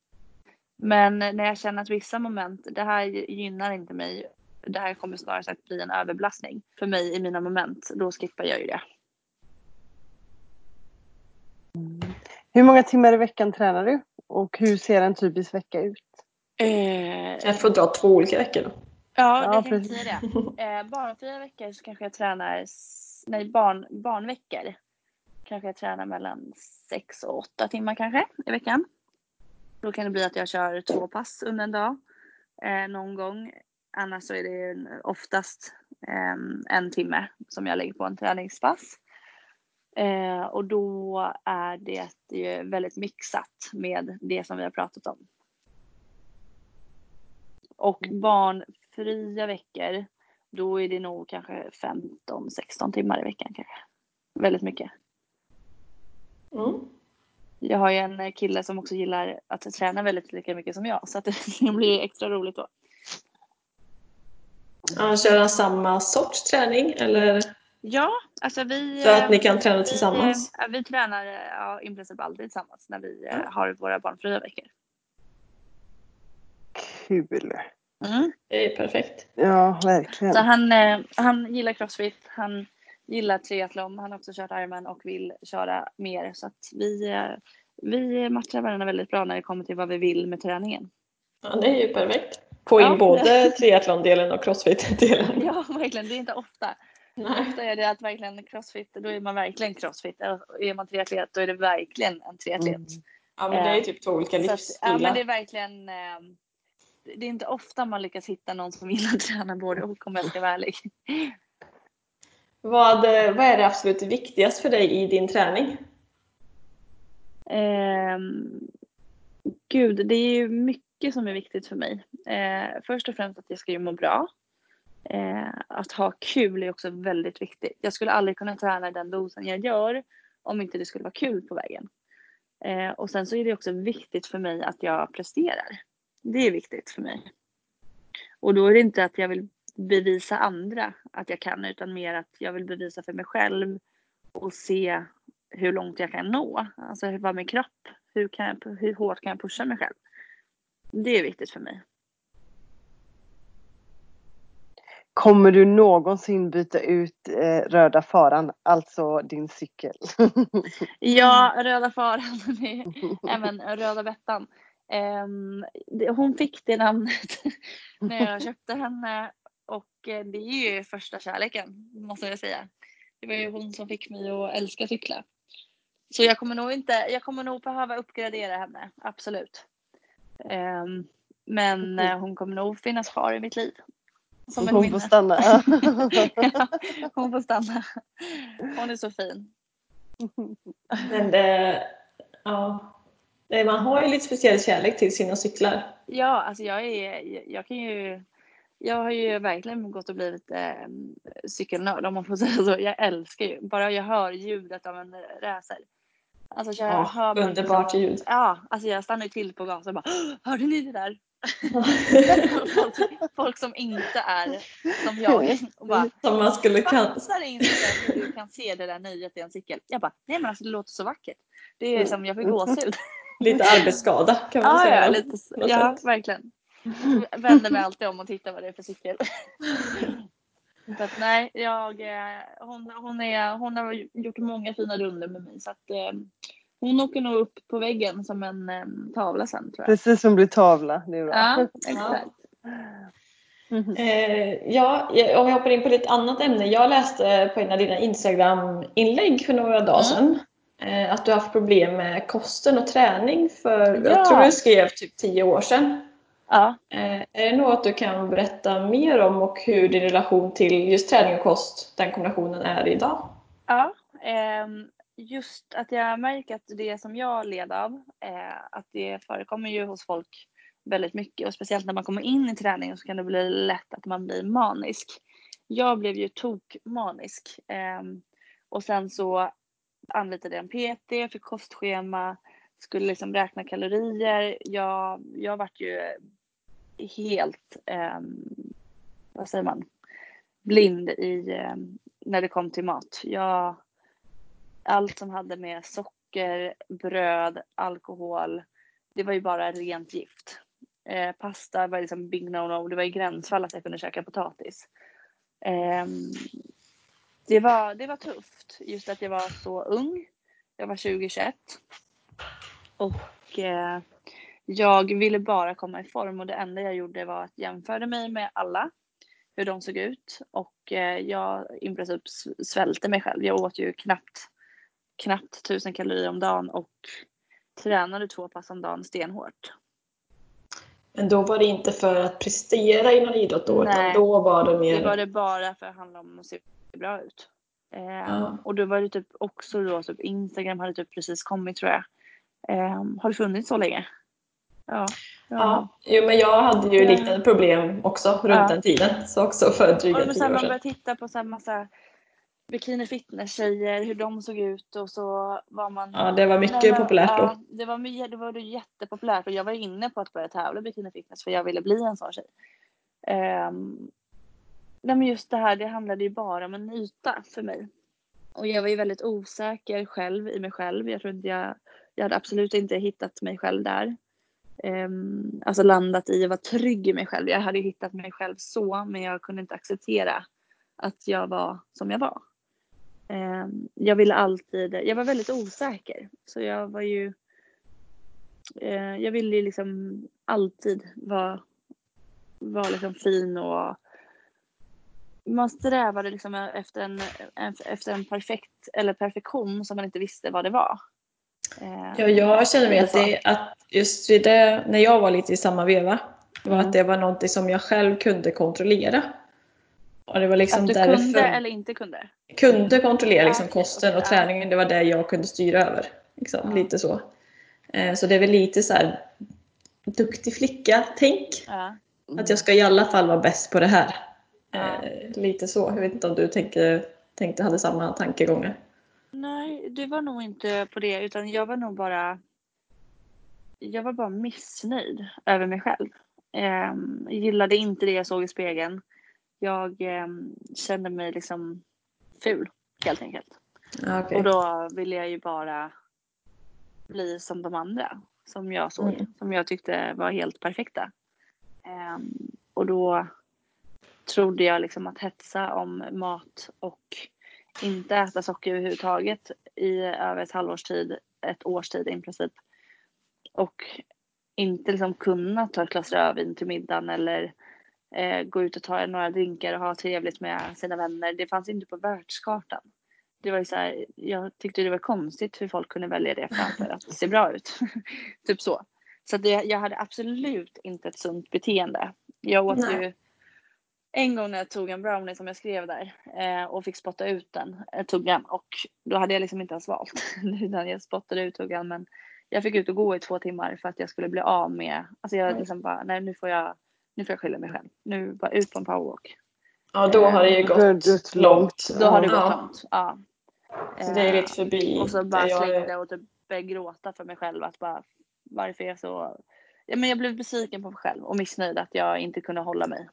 Men när jag känner att vissa moment, det här gynnar inte mig. Det här kommer snarare att bli en överbelastning för mig i mina moment. Då skippar jag ju det. Hur många timmar i veckan tränar du? Och hur ser en typisk vecka ut? Jag får dra 2 olika veckor då. Ja, det kan jag säga det. Barnfria veckor så kanske jag tränar, barnveckor kanske jag tränar mellan 6 och 8 timmar kanske i veckan. Då kan det bli att jag kör 2 pass under en dag. Någon gång. Annars så är det oftast 1 timme som jag lägger på en träningspass. Och då är det ju väldigt mixat med det som vi har pratat om. Och barnfria veckor, då är det nog kanske 15-16 timmar i veckan kanske. Väldigt mycket. Jag har ju en kille som också gillar att träna väldigt lika mycket som jag. Så att det blir extra roligt då. Kör han samma sorts träning eller? Ja, Alltså Så att ni kan träna tillsammans? Vi tränar i princip alltid tillsammans när vi har våra barnfria veckor. Kul. Det är perfekt. Ja, verkligen. Så han gillar crossfit, han gillar triathlon, han har också kört Ironman och vill köra mer. Så att vi matchar varandra väldigt bra när det kommer till vad vi vill med träningen. Ja, det är ju perfekt. Få in både triathlon-delen och crossfit-delen. Ja, verkligen. Det är inte ofta. Nej. Ofta är det att verkligen crossfit, då är man verkligen crossfit. Och är man triatlet, då är det verkligen en triatlet. Ja, men det är typ två olika livsstilar. Ja, men det är verkligen... Det är inte ofta man lyckas hitta någon som vill träna både och, om jag ska vara ärlig. Vad är det absolut viktigast för dig i din träning? Gud, det är ju mycket som är viktigt för mig. Först och främst att jag ska ju må bra. Att ha kul är också väldigt viktigt. Jag skulle aldrig kunna träna den dosen jag gör om inte det skulle vara kul på vägen. Och sen så är det också viktigt för mig att jag presterar. Det är viktigt för mig. Och då är det inte att jag vill bevisa andra att jag kan, utan mer att jag vill bevisa för mig själv och se hur långt jag kan nå. Alltså hur var min kropp? Hur hårt kan jag pusha mig själv? Det är viktigt för mig. Kommer du någonsin byta ut röda faran, alltså din cykel? Ja, röda faran, även röda Bettan. Hon fick det namnet när jag köpte henne, och det är ju första kärleken, måste jag säga. Det var ju hon som fick mig att älska cykla. Så jag kommer nog behöva uppgradera henne, absolut. Men hon kommer nog finnas kvar i mitt liv. Som en Hon minne. får stanna. Ja, hon får stanna. Hon är så fin. Men man har ju lite speciell kärlek till sina cyklar. Ja, alltså jag har ju verkligen gått och blivit cykelnörd, om man får säga så. Jag älskar ju, bara jag hör ljudet av en racer. Alltså hör man underbart ljud. Ja, alltså jag stannar ju till på gasen och bara, hörde ni det där? folk som inte är som jag. Och bara, som man skulle fattar inte hur du kan se det där nöjet i en cykel. Jag bara, nej men alltså det låter så vackert. Det är som jag fick gåshud. Lite arbetsskada kan man säga. Ja, lite, ja, verkligen. Jag vänder mig alltid om och tittar vad det är för cykel. Så att, nej, hon har gjort många fina runder med mig, så att hon åker nog upp på väggen som en tavla sen, tror jag. Precis som blir tavla, det är bra. Ja, exakt. Om jag hoppar in på lite annat ämne. Jag läste på en av dina Instagram-inlägg för några dagar sedan att du har haft problem med kosten och träning för, jag tror du skrev typ 10 år sedan. Ja. Är det något du kan berätta mer om, och hur din relation till just träning och kost, den kombinationen, är idag? Ja, just att jag märker att det som jag led av, att det förekommer ju hos folk väldigt mycket, och speciellt när man kommer in i träningen så kan det bli lätt att man blir manisk. Jag blev ju tokmanisk, och sen så anlitade jag en PT, fick kostschema, skulle liksom räkna kalorier. Jag vart ju helt, vad säger man, blind när det kom till mat. Allt som hade med socker, bröd, alkohol, det var ju bara rent gift. Pasta var liksom big no-no. Det var i gränsfall att jag kunde käka potatis. Det var tufft, just att jag var så ung. Jag var 20-21. Och jag ville bara komma i form, och det enda jag gjorde var att jämföra mig med alla, hur de såg ut, och jag i princip svälte mig själv. Jag åt ju knappt 1000 kalorier om dagen och tränade 2 pass om dagen stenhårt. Men då var det inte för att prestera i någon idrott då, utan då var det mer... Det var det bara för att handla om att se bra ut. Och då var det typ också då, typ Instagram hade typ precis kommit, tror jag. Har det funnits så länge? Ja. Jo, men jag hade ju liknande problem också runt den tiden. Så också för dryga 10 år sedan. Man började titta på så här massa bikini fitness tjejer, hur de såg ut, och så var man... Ja, det var mycket populärt då. Det var jättepopulärt, och jag var inne på att börja tävla i bikini fitness för jag ville bli en sån tjej. Nej, men just det här, det handlade ju bara om en yta för mig. Och jag var ju väldigt osäker själv i mig själv. Jag tror inte jag hade absolut inte hittat mig själv där. Alltså landat i att vara trygg i mig själv. Jag hade hittat mig själv så, men jag kunde inte acceptera att jag var som jag var. Jag var väldigt osäker. Så jag var ju, jag ville ju liksom alltid vara liksom fin, och man strävade liksom efter en perfektion som man inte visste vad det var. Ja, jag känner mig att just vid det, när jag var lite i samma veva, var att det var någonting som jag själv kunde kontrollera. Och det var liksom att du därför kunde eller inte kunde? Kunde kontrollera liksom okej, kosten och träningen, det var det jag kunde styra över. Liksom, lite så. Så det är väl lite så här duktig flicka, tänk. Att jag ska i alla fall vara bäst på det här. Lite så. Jag vet inte om du hade samma tankegångar. Nej, det var nog inte på det, utan jag var bara missnöjd över mig själv. Jag gillade inte det jag såg i spegeln. Jag kände mig liksom ful, helt enkelt. Okay. Och då ville jag ju bara bli som de andra som jag såg, som jag tyckte var helt perfekta. Och då trodde jag liksom att hetsa om mat och inte äta socker överhuvudtaget i över ett års tid i princip. Och inte liksom kunna ta ett glas rödvin till middagen eller gå ut och ta några drinkar och ha trevligt med sina vänner. Det fanns inte på världskartan. Det var ju så här, jag tyckte det var konstigt hur folk kunde välja det framför att se bra ut. Typ så. Så att jag hade absolut inte ett sunt beteende. Jag åt ju en gång när jag tog en brownie som jag skrev där och fick spotta ut tuggan, och då hade jag liksom inte ens valt utan jag spottade ut tuggan, men jag fick ut och gå i 2 timmar för att jag skulle bli av med, alltså jag liksom bara, nej nu får jag skylla mig själv, nu bara ut på en powerwalk. Ja, då har det ju gått långt. Då har det gått långt, ja. Så det är lite förbi. Och så bara slängde och typ började gråta för mig själv att bara, varför är jag så, ja men jag blev besviken på mig själv och missnöjd att jag inte kunde hålla mig.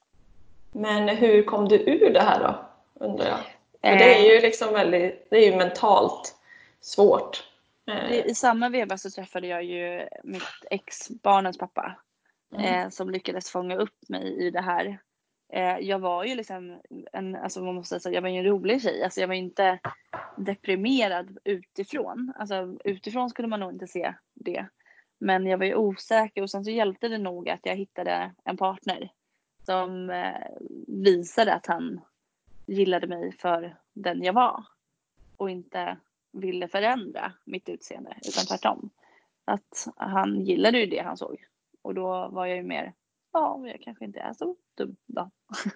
Men hur kom du ur det här då, undrar jag? För det är ju liksom det är ju mentalt svårt. I samma veva så träffade jag ju mitt barnens pappa som lyckades fånga upp mig i det här. Jag var ju liksom alltså man måste säga, jag var ju en rolig tjej. Alltså jag var inte deprimerad utifrån. Alltså utifrån skulle man nog inte se det. Men jag var ju osäker, och sen så hjälpte det nog att jag hittade en partner som visade att han gillade mig för den jag var och inte ville förändra mitt utseende, utan tvärtom. Att han gillade ju det han såg. Och då var jag ju mer, jag kanske inte är så dum då.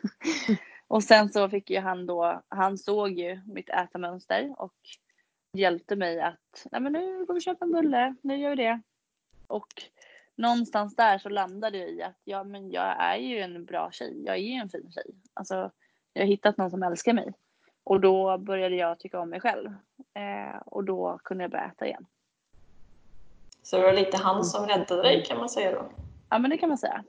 Och sen så fick ju han såg ju mitt ätarmönster och hjälpte mig att, nej men nu går vi köpa en bulle, nu gör vi det. Och någonstans där så landade jag i att jag är ju en bra tjej, jag är ju en fin tjej. Alltså jag har hittat någon som älskar mig. Och då började jag tycka om mig själv. Och då kunde jag börja äta igen. Så det var lite han som räddade dig, kan man säga då? Ja, men det kan man säga.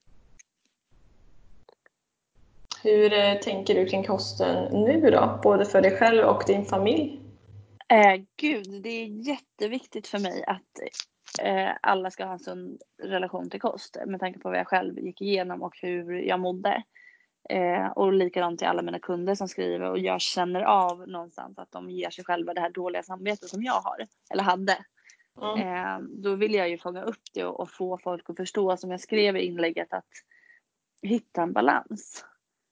Hur tänker du kring kosten nu då? Både för dig själv och din familj? Gud, det är jätteviktigt för mig att alla ska ha en sund relation till kost. Med tanke på vad jag själv gick igenom och hur jag mådde. Och likadant till alla mina kunder som skriver, och jag känner av någonstans att de ger sig själva det här dåliga samvetet som jag har eller hade. Då vill jag ju fånga upp det och få folk att förstå, som jag skrev i inlägget, att hitta en balans.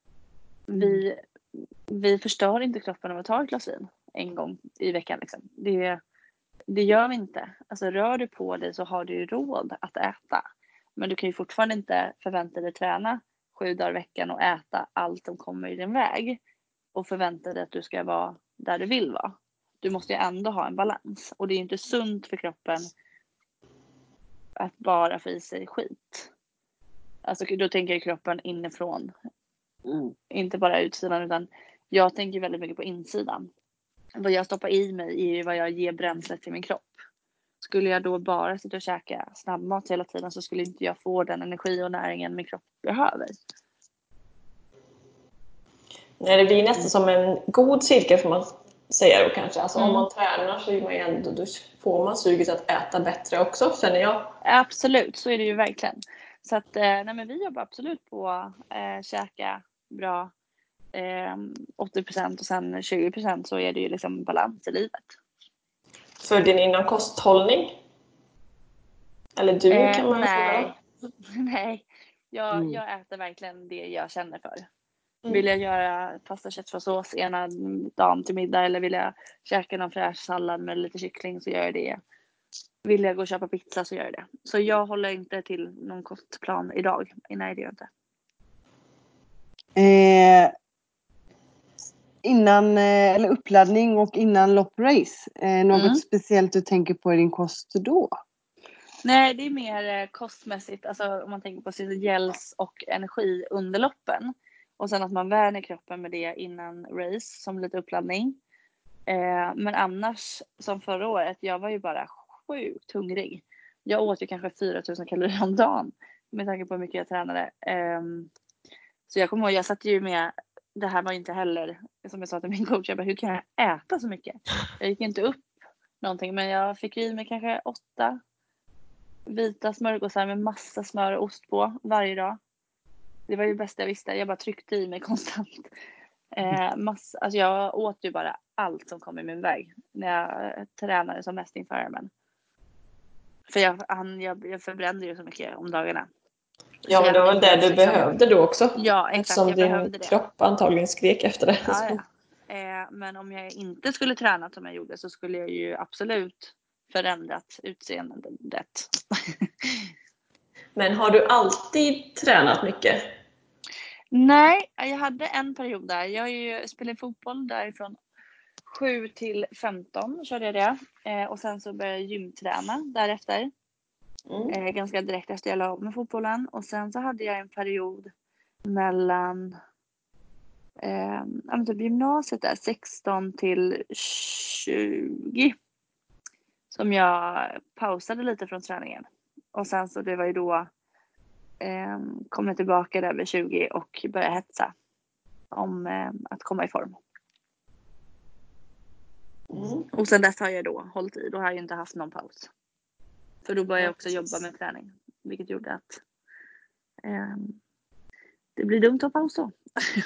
Vi förstör inte kroppen av att ta ett glas vin en gång i veckan liksom. Det gör vi inte. Alltså rör du på dig så har du ju råd att äta. Men du kan ju fortfarande inte förvänta dig träna 7 dagar i veckan och äta allt som kommer i din väg och förvänta dig att du ska vara där du vill vara. Du måste ju ändå ha en balans, och det är inte sunt för kroppen att bara få i sig skit. Alltså då tänker jag kroppen inifrån. Inte bara utsidan, utan jag tänker väldigt mycket på insidan. Vad jag stoppar i mig är ju vad jag ger bränsle till min kropp. Skulle jag då bara sitta och käka snabbmat hela tiden så skulle inte jag få den energi och näringen min kropp behöver. Nej, det blir nästan som en god cirkel, får man säga då kanske. Alltså om man tränar så är man ju ändå, då får man suget att äta bättre också, känner jag. Absolut, så är det ju verkligen. Så att, nej men vi jobbar absolut på att käka bra 80% och sen 20% så är det ju liksom balans i livet. För din inom kosthållning? Eller du kan man säga. Nej, jag äter verkligen det jag känner för. Vill jag göra pasta köttfärssås ena dagen till middag eller vill jag käka någon fräsch sallad med lite kyckling så gör jag det. Vill jag gå och köpa pizza så gör jag det. Så jag håller inte till någon kostplan idag. Nej, det gör jag inte. Innan eller uppladdning och innan lopprace. Något speciellt du tänker på i din kost då? Nej, det är mer kostmässigt. Alltså om man tänker på sin gels och energi under loppen. Och sen att man värner kroppen med det innan race som lite uppladdning. Men annars som förra året, jag var ju bara sjukt hungrig. Jag åt ju kanske 4000 kalorier om dagen med tanke på hur mycket jag tränade. Så jag kommer ihåg, jag satt ju med, det här var inte heller, som jag sa till min coach, jag bara, hur kan jag äta så mycket? Jag gick inte upp någonting, men jag fick i mig kanske 8 vita smörgåsar med massa smör och ost på varje dag. Det var ju det bästa jag visste, jag bara tryckte i mig konstant. Alltså jag åt ju bara allt som kom i min väg när jag tränade som mest inför Ironman. För jag förbrände ju så mycket om dagarna. Ja, men det var väl det du behövde då också. Ja, exakt. Eftersom jag behövde din kropp antagligen skrek efter det. Ja. Men om jag inte skulle träna som jag gjorde så skulle jag ju absolut förändrat utseendet. Men har du alltid tränat mycket? Nej, jag hade en period där. Jag spelade fotboll därifrån 7 till 15 körde jag det. Och sen så började jag gymträna därefter. Ganska direkt efter jag la av med fotbollen. Och sen så hade jag en period mellan typ gymnasiet där, 16 till 20. Som jag pausade lite från träningen. Och sen så det var ju då kom jag tillbaka där vid 20 och började hetsa om att komma i form. Och sen dess har jag då hållit i. Då har jag inte haft någon paus. För då började jag också jobba med träning. Vilket gjorde att det blir dumt att ha paus då.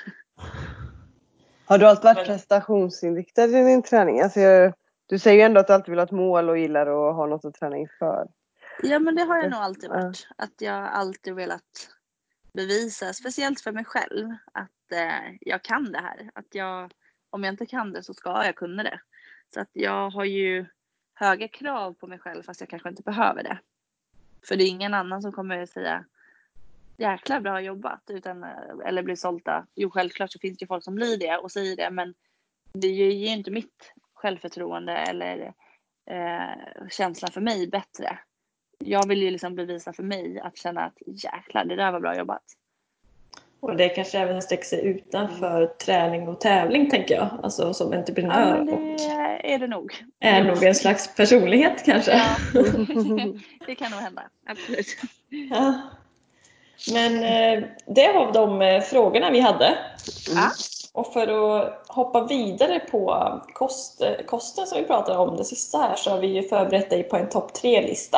Har du alltid varit prestationsinriktad i din träning? Alltså, du säger ju ändå att du alltid vill ha ett mål och gillar att ha något att träna inför. Ja, men det har jag nog alltid varit. Att jag alltid velat bevisa, speciellt för mig själv, att jag kan det här. Att om jag inte kan det så ska jag kunna det. Så att jag har ju höga krav på mig själv fast jag kanske inte behöver det. För det är ingen annan som kommer att säga jäkla bra jobbat eller bli sålta. Jo, självklart så finns det folk som blir det och säger det, men det ger ju inte mitt självförtroende eller känslan för mig bättre. Jag vill ju liksom bevisa för mig att känna att jäklar, det där var bra jobbat. Och det kanske även sträcker sig utanför träning och tävling, tänker jag. Alltså som entreprenör. Ja, men det är det nog. Är nog en slags personlighet kanske. Ja, det kan nog hända. Absolut. Ja. Men det var de frågorna vi hade. Och för att hoppa vidare på kosten som vi pratade om det sista här, så har vi ju förberett dig på en topp 3-lista.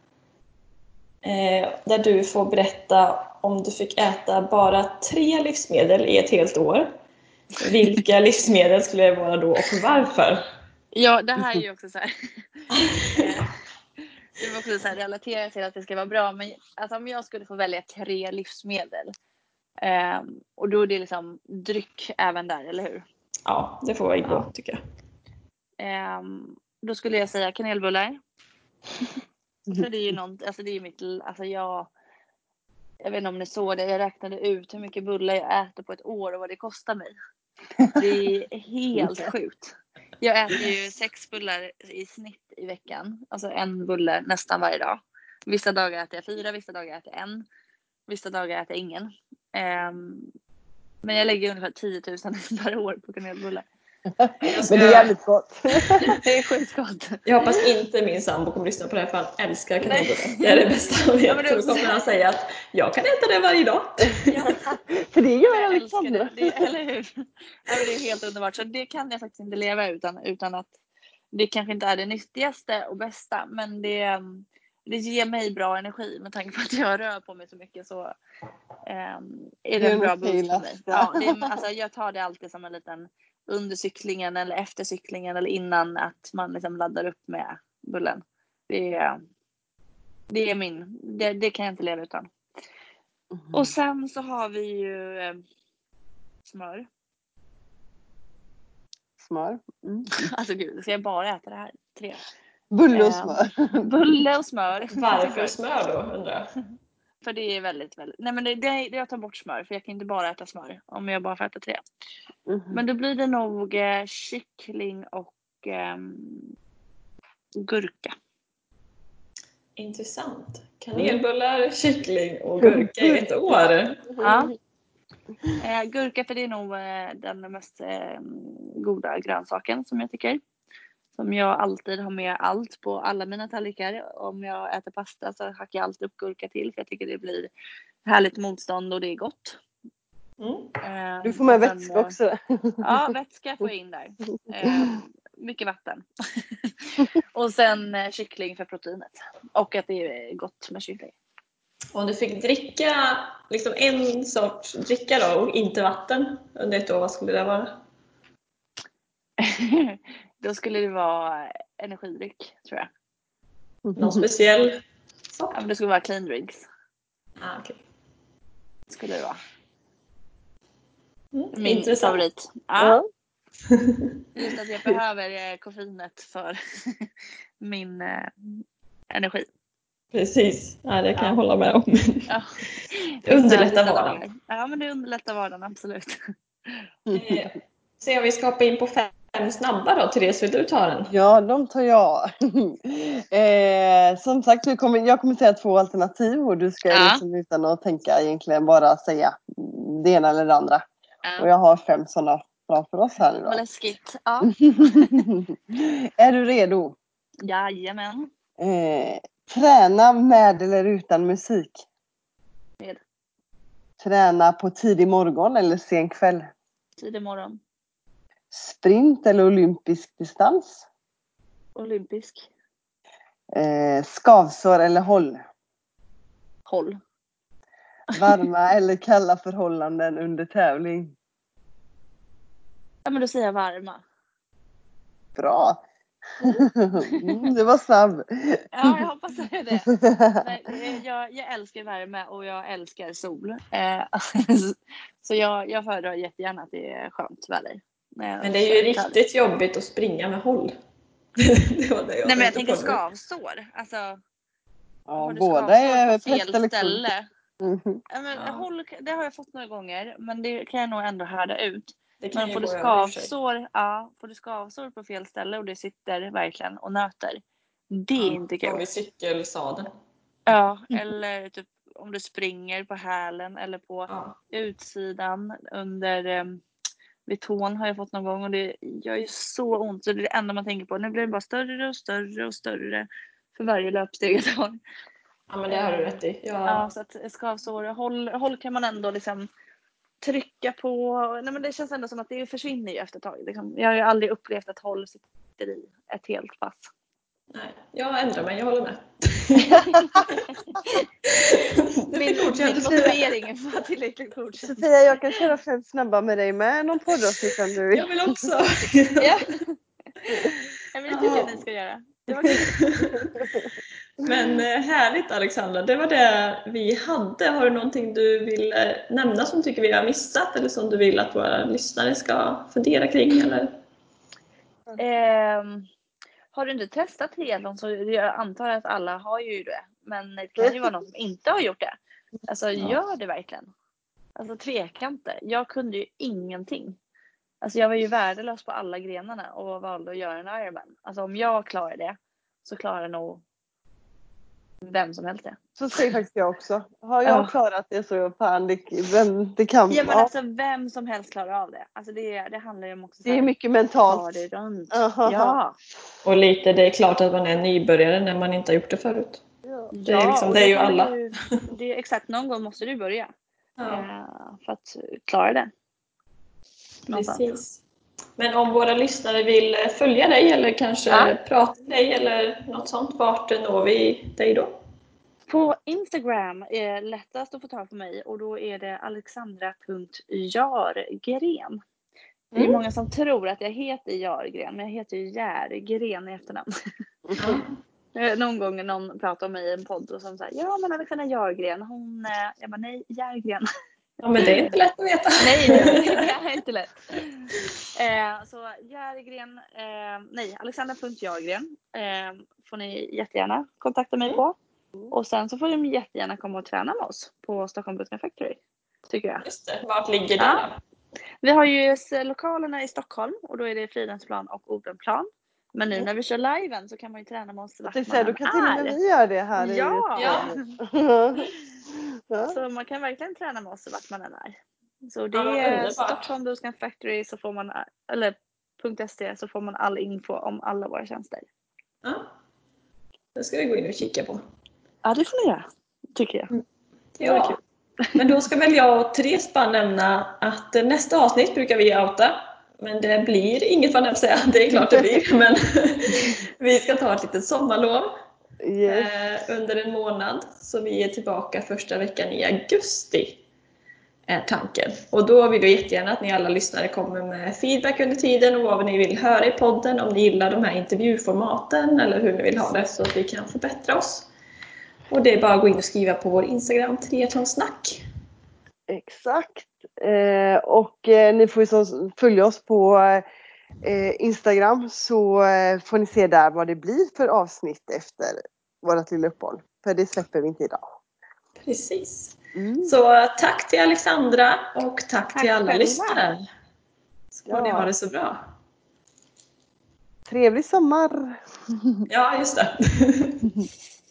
Där du får berätta om du fick äta bara 3 livsmedel i ett helt år. Vilka livsmedel skulle det vara då och varför? Ja, det här är ju också så här. Det var också så här relaterat till att det ska vara bra. Men alltså, om jag skulle få välja 3 livsmedel. Och då är det liksom dryck även där, eller hur? Ja, det får ingå tycker jag. Då skulle jag säga kanelbullar. För det är ju något, alltså det är mitt, alltså jag vet inte om ni såg det, jag räknade ut hur mycket bullar jag äter på ett år och vad det kostar mig. Det är helt sjukt. Jag äter ju 6 bullar i snitt i veckan. Alltså en bulle nästan varje dag. Vissa dagar äter jag 4, vissa dagar äter jag 1. Vissa dagar äter jag ingen. Men jag lägger ungefär 10 000 per år på kanelbullar. Men det är jävligt gott. Det är skitgott. Jag hoppas inte min sambo kommer lyssna på det här, för han älskar kanelbullar. Det är det bästa han vet. Ja, men det är Så kommer han säga att jag kan äta det varje dag. Ja. För det gör Jag älskar Alexandra. det. Eller hur? Ja, men det är helt underbart. Så det kan jag faktiskt inte leva utan att det kanske inte är det nyttigaste och bästa, men det ger mig bra energi med tanke på att jag rör på mig så mycket, så är det en bra boost för mig. Ja, alltså, jag tar det alltid som en liten under cyklingen eller efter cyklingen eller innan att man liksom laddar upp med bullen. Det är det kan jag inte leva utan. Och sen så har vi ju smör. Smör. Alltså gud, ska jag bara äta det här? 3. Bulle och smör. Bulle och smör. Varför smör då, undrar jag? För det är väldigt, väldigt... Nej, men jag tar bort smör, för jag kan inte bara äta smör om jag bara får äta 3. Men då blir det nog kyckling och gurka. Intressant. Kanelbullar, kyckling och gurka i ett år. Ja. Gurka, för det är nog den mest goda grönsaken som jag tycker. Som jag alltid har med allt på alla mina tallrikar. Om jag äter pasta så hackar jag alltid upp gurka till, för jag tycker det blir härligt motstånd och det är gott. Du får med vätska också. Ja, vätska får jag in där. Mycket vatten. Och sen kyckling för proteinet. Och att det är gott med kyckling. Om du fick dricka liksom en sorts dricka då, och inte vatten under ett år, vad skulle det vara? Då skulle det vara energidryck, tror jag. Någon speciell sort? Ja, men det skulle vara clean drinks. Okay. Skulle det vara. Min Intressant. favorit. Ja. Just att jag behöver koffeinet för min energi. Precis, ja, det kan jag hålla med om. Ja. Det underlättar vardagen. Ja, men det underlättar vardagen, absolut. Se om vi ska hoppa in på 5 snabba då. Therese, vill du ta den? Ja, de tar jag. Som sagt, jag kommer säga 2 alternativ och du ska liksom utan att tänka egentligen bara säga det ena eller det andra. Och jag har 5 sådana framför oss här nu då. Vad läskigt. Ja. Är du redo? Jajamän. Träna med eller utan musik? Med. Träna på tidig morgon eller sen kväll? Tidig morgon. Sprint eller olympisk distans? Olympisk. Skavsår eller håll? Håll. Varma eller kalla förhållanden under tävling? Ja, men då säger jag varma. Bra. Det var snabb. Ja, jag hoppas det. Men jag älskar värme och jag älskar sol. Så jag föredrar jättegärna att det är skönt väder. Men det är ju riktigt jobbigt att springa med håll. Det var det jag Nej, men jag tänkte tänker på nu. skavsår. Alltså, Ja, båda är på fel pest eller ställe. Ja. Men, håll, det har jag fått några gånger, men det kan jag nog ändå härda ut. Det kan men får du skavsår på fel ställe och det sitter verkligen och nöter. Det är inte kul. Som i cykelsadeln. Ja, eller typ om du springer på hälen eller på utsidan under vid tån har jag fått någon gång, och det gör ju så ont, så det är det enda man tänker på. Nu blir det bara större och större och större för varje löpsteg jag tar. Ja, men det har du rätt i. Ja, så att skavsår, håll kan man ändå liksom trycka på. Nej, men det känns ändå som att det försvinner ju efter ett tag. Liksom. Jag har ju aldrig upplevt att håll sitter i ett helt pass. Nej, jag ändrar mig, jag håller med. Min motivering var tillräckligt godkänd. Sofia, jag kan köra 5 snabba med dig med någon poddavsnitt om du vill. Jag vill också. Ja. Jag vill inte det ni ska göra. Det var kul. Men härligt, Alexandra, det var det vi hade. Har du någonting du vill nämna som tycker vi har missat, eller som du vill att våra lyssnare ska fundera kring? Eller? Har du inte testat triathlon, så jag antar att alla har ju det. Men det kan ju vara någon som inte har gjort det. Alltså gör det verkligen. Alltså tveka inte. Jag kunde ju ingenting. Alltså jag var ju värdelös på alla grenarna och valde att göra en Ironman. Alltså om jag klarar det så klarar nog vem som helst det. Så säger faktiskt jag också. Har jag Ja. klarat det så fan, det kan. Ja, men alltså vem som helst klarar av det. Alltså det handlar ju om också Det är mycket mentalt. ta det runt. Aha. Ja. Och lite, det är klart att man är nybörjare när man inte har gjort det förut. Det är, liksom, och det är ju kan alla. Det är exakt, någon gång måste du börja. Ja. För att klara det. Precis. Men om våra lyssnare vill följa dig eller kanske prata med dig eller något sånt, vart når vi dig då? På Instagram är lättast att få tag på mig och då är det alexandra.jargren. Det är många som tror att jag heter Jargren, men jag heter ju Järgren i efternamn. Någon gång någon pratade om mig i en podd och som sa, ja men Alexandra Jargren, jag bara nej, Järgren. Ja, men det är inte lätt att veta. Nej, det är inte lätt. Så Järgren, Alexandra.Jargren får ni jättegärna kontakta mig på. Och sen så får de jättegärna komma och träna med oss på Stockholm Bootcamp Factory, tycker jag. Just det, vart ligger det då? Vi har ju lokalerna i Stockholm och då är det Fridhemsplan och Odenplan. Men nu när vi kör liven så kan man ju träna med oss vart man än då kan till och med vi göra det här. Ja. Så man kan verkligen träna med oss vart man än är. Så det är Stockholm Bootcamp Factory så får man, eller .se så får man all info om alla våra tjänster. Ja, det ska vi gå in och kika på. Ja, det får ni göra, tycker jag. Ja, men då ska väl jag och Therese bara nämna att nästa avsnitt brukar vi outa. Men det blir inget vad jag säga, det är klart det blir. Men vi ska ta ett litet sommarlov under en månad. Så vi är tillbaka första veckan i augusti. Är tanken. Och då vill vi jättegärna att ni alla lyssnare kommer med feedback under tiden och vad ni vill höra i podden. Om ni gillar de här intervjuformaten eller hur ni vill ha det så att vi kan förbättra oss. Och det är bara att gå in och skriva på vår Instagram triathlonsnack. Exakt. Och ni får ju följa oss på Instagram så får ni se där vad det blir för avsnitt efter vårat lilla uppehåll. För det släpper vi inte idag. Precis. Så tack till Alexandra och tack till alla lyssnare. Ska ni ha det så bra. Trevlig sommar! Ja, just det.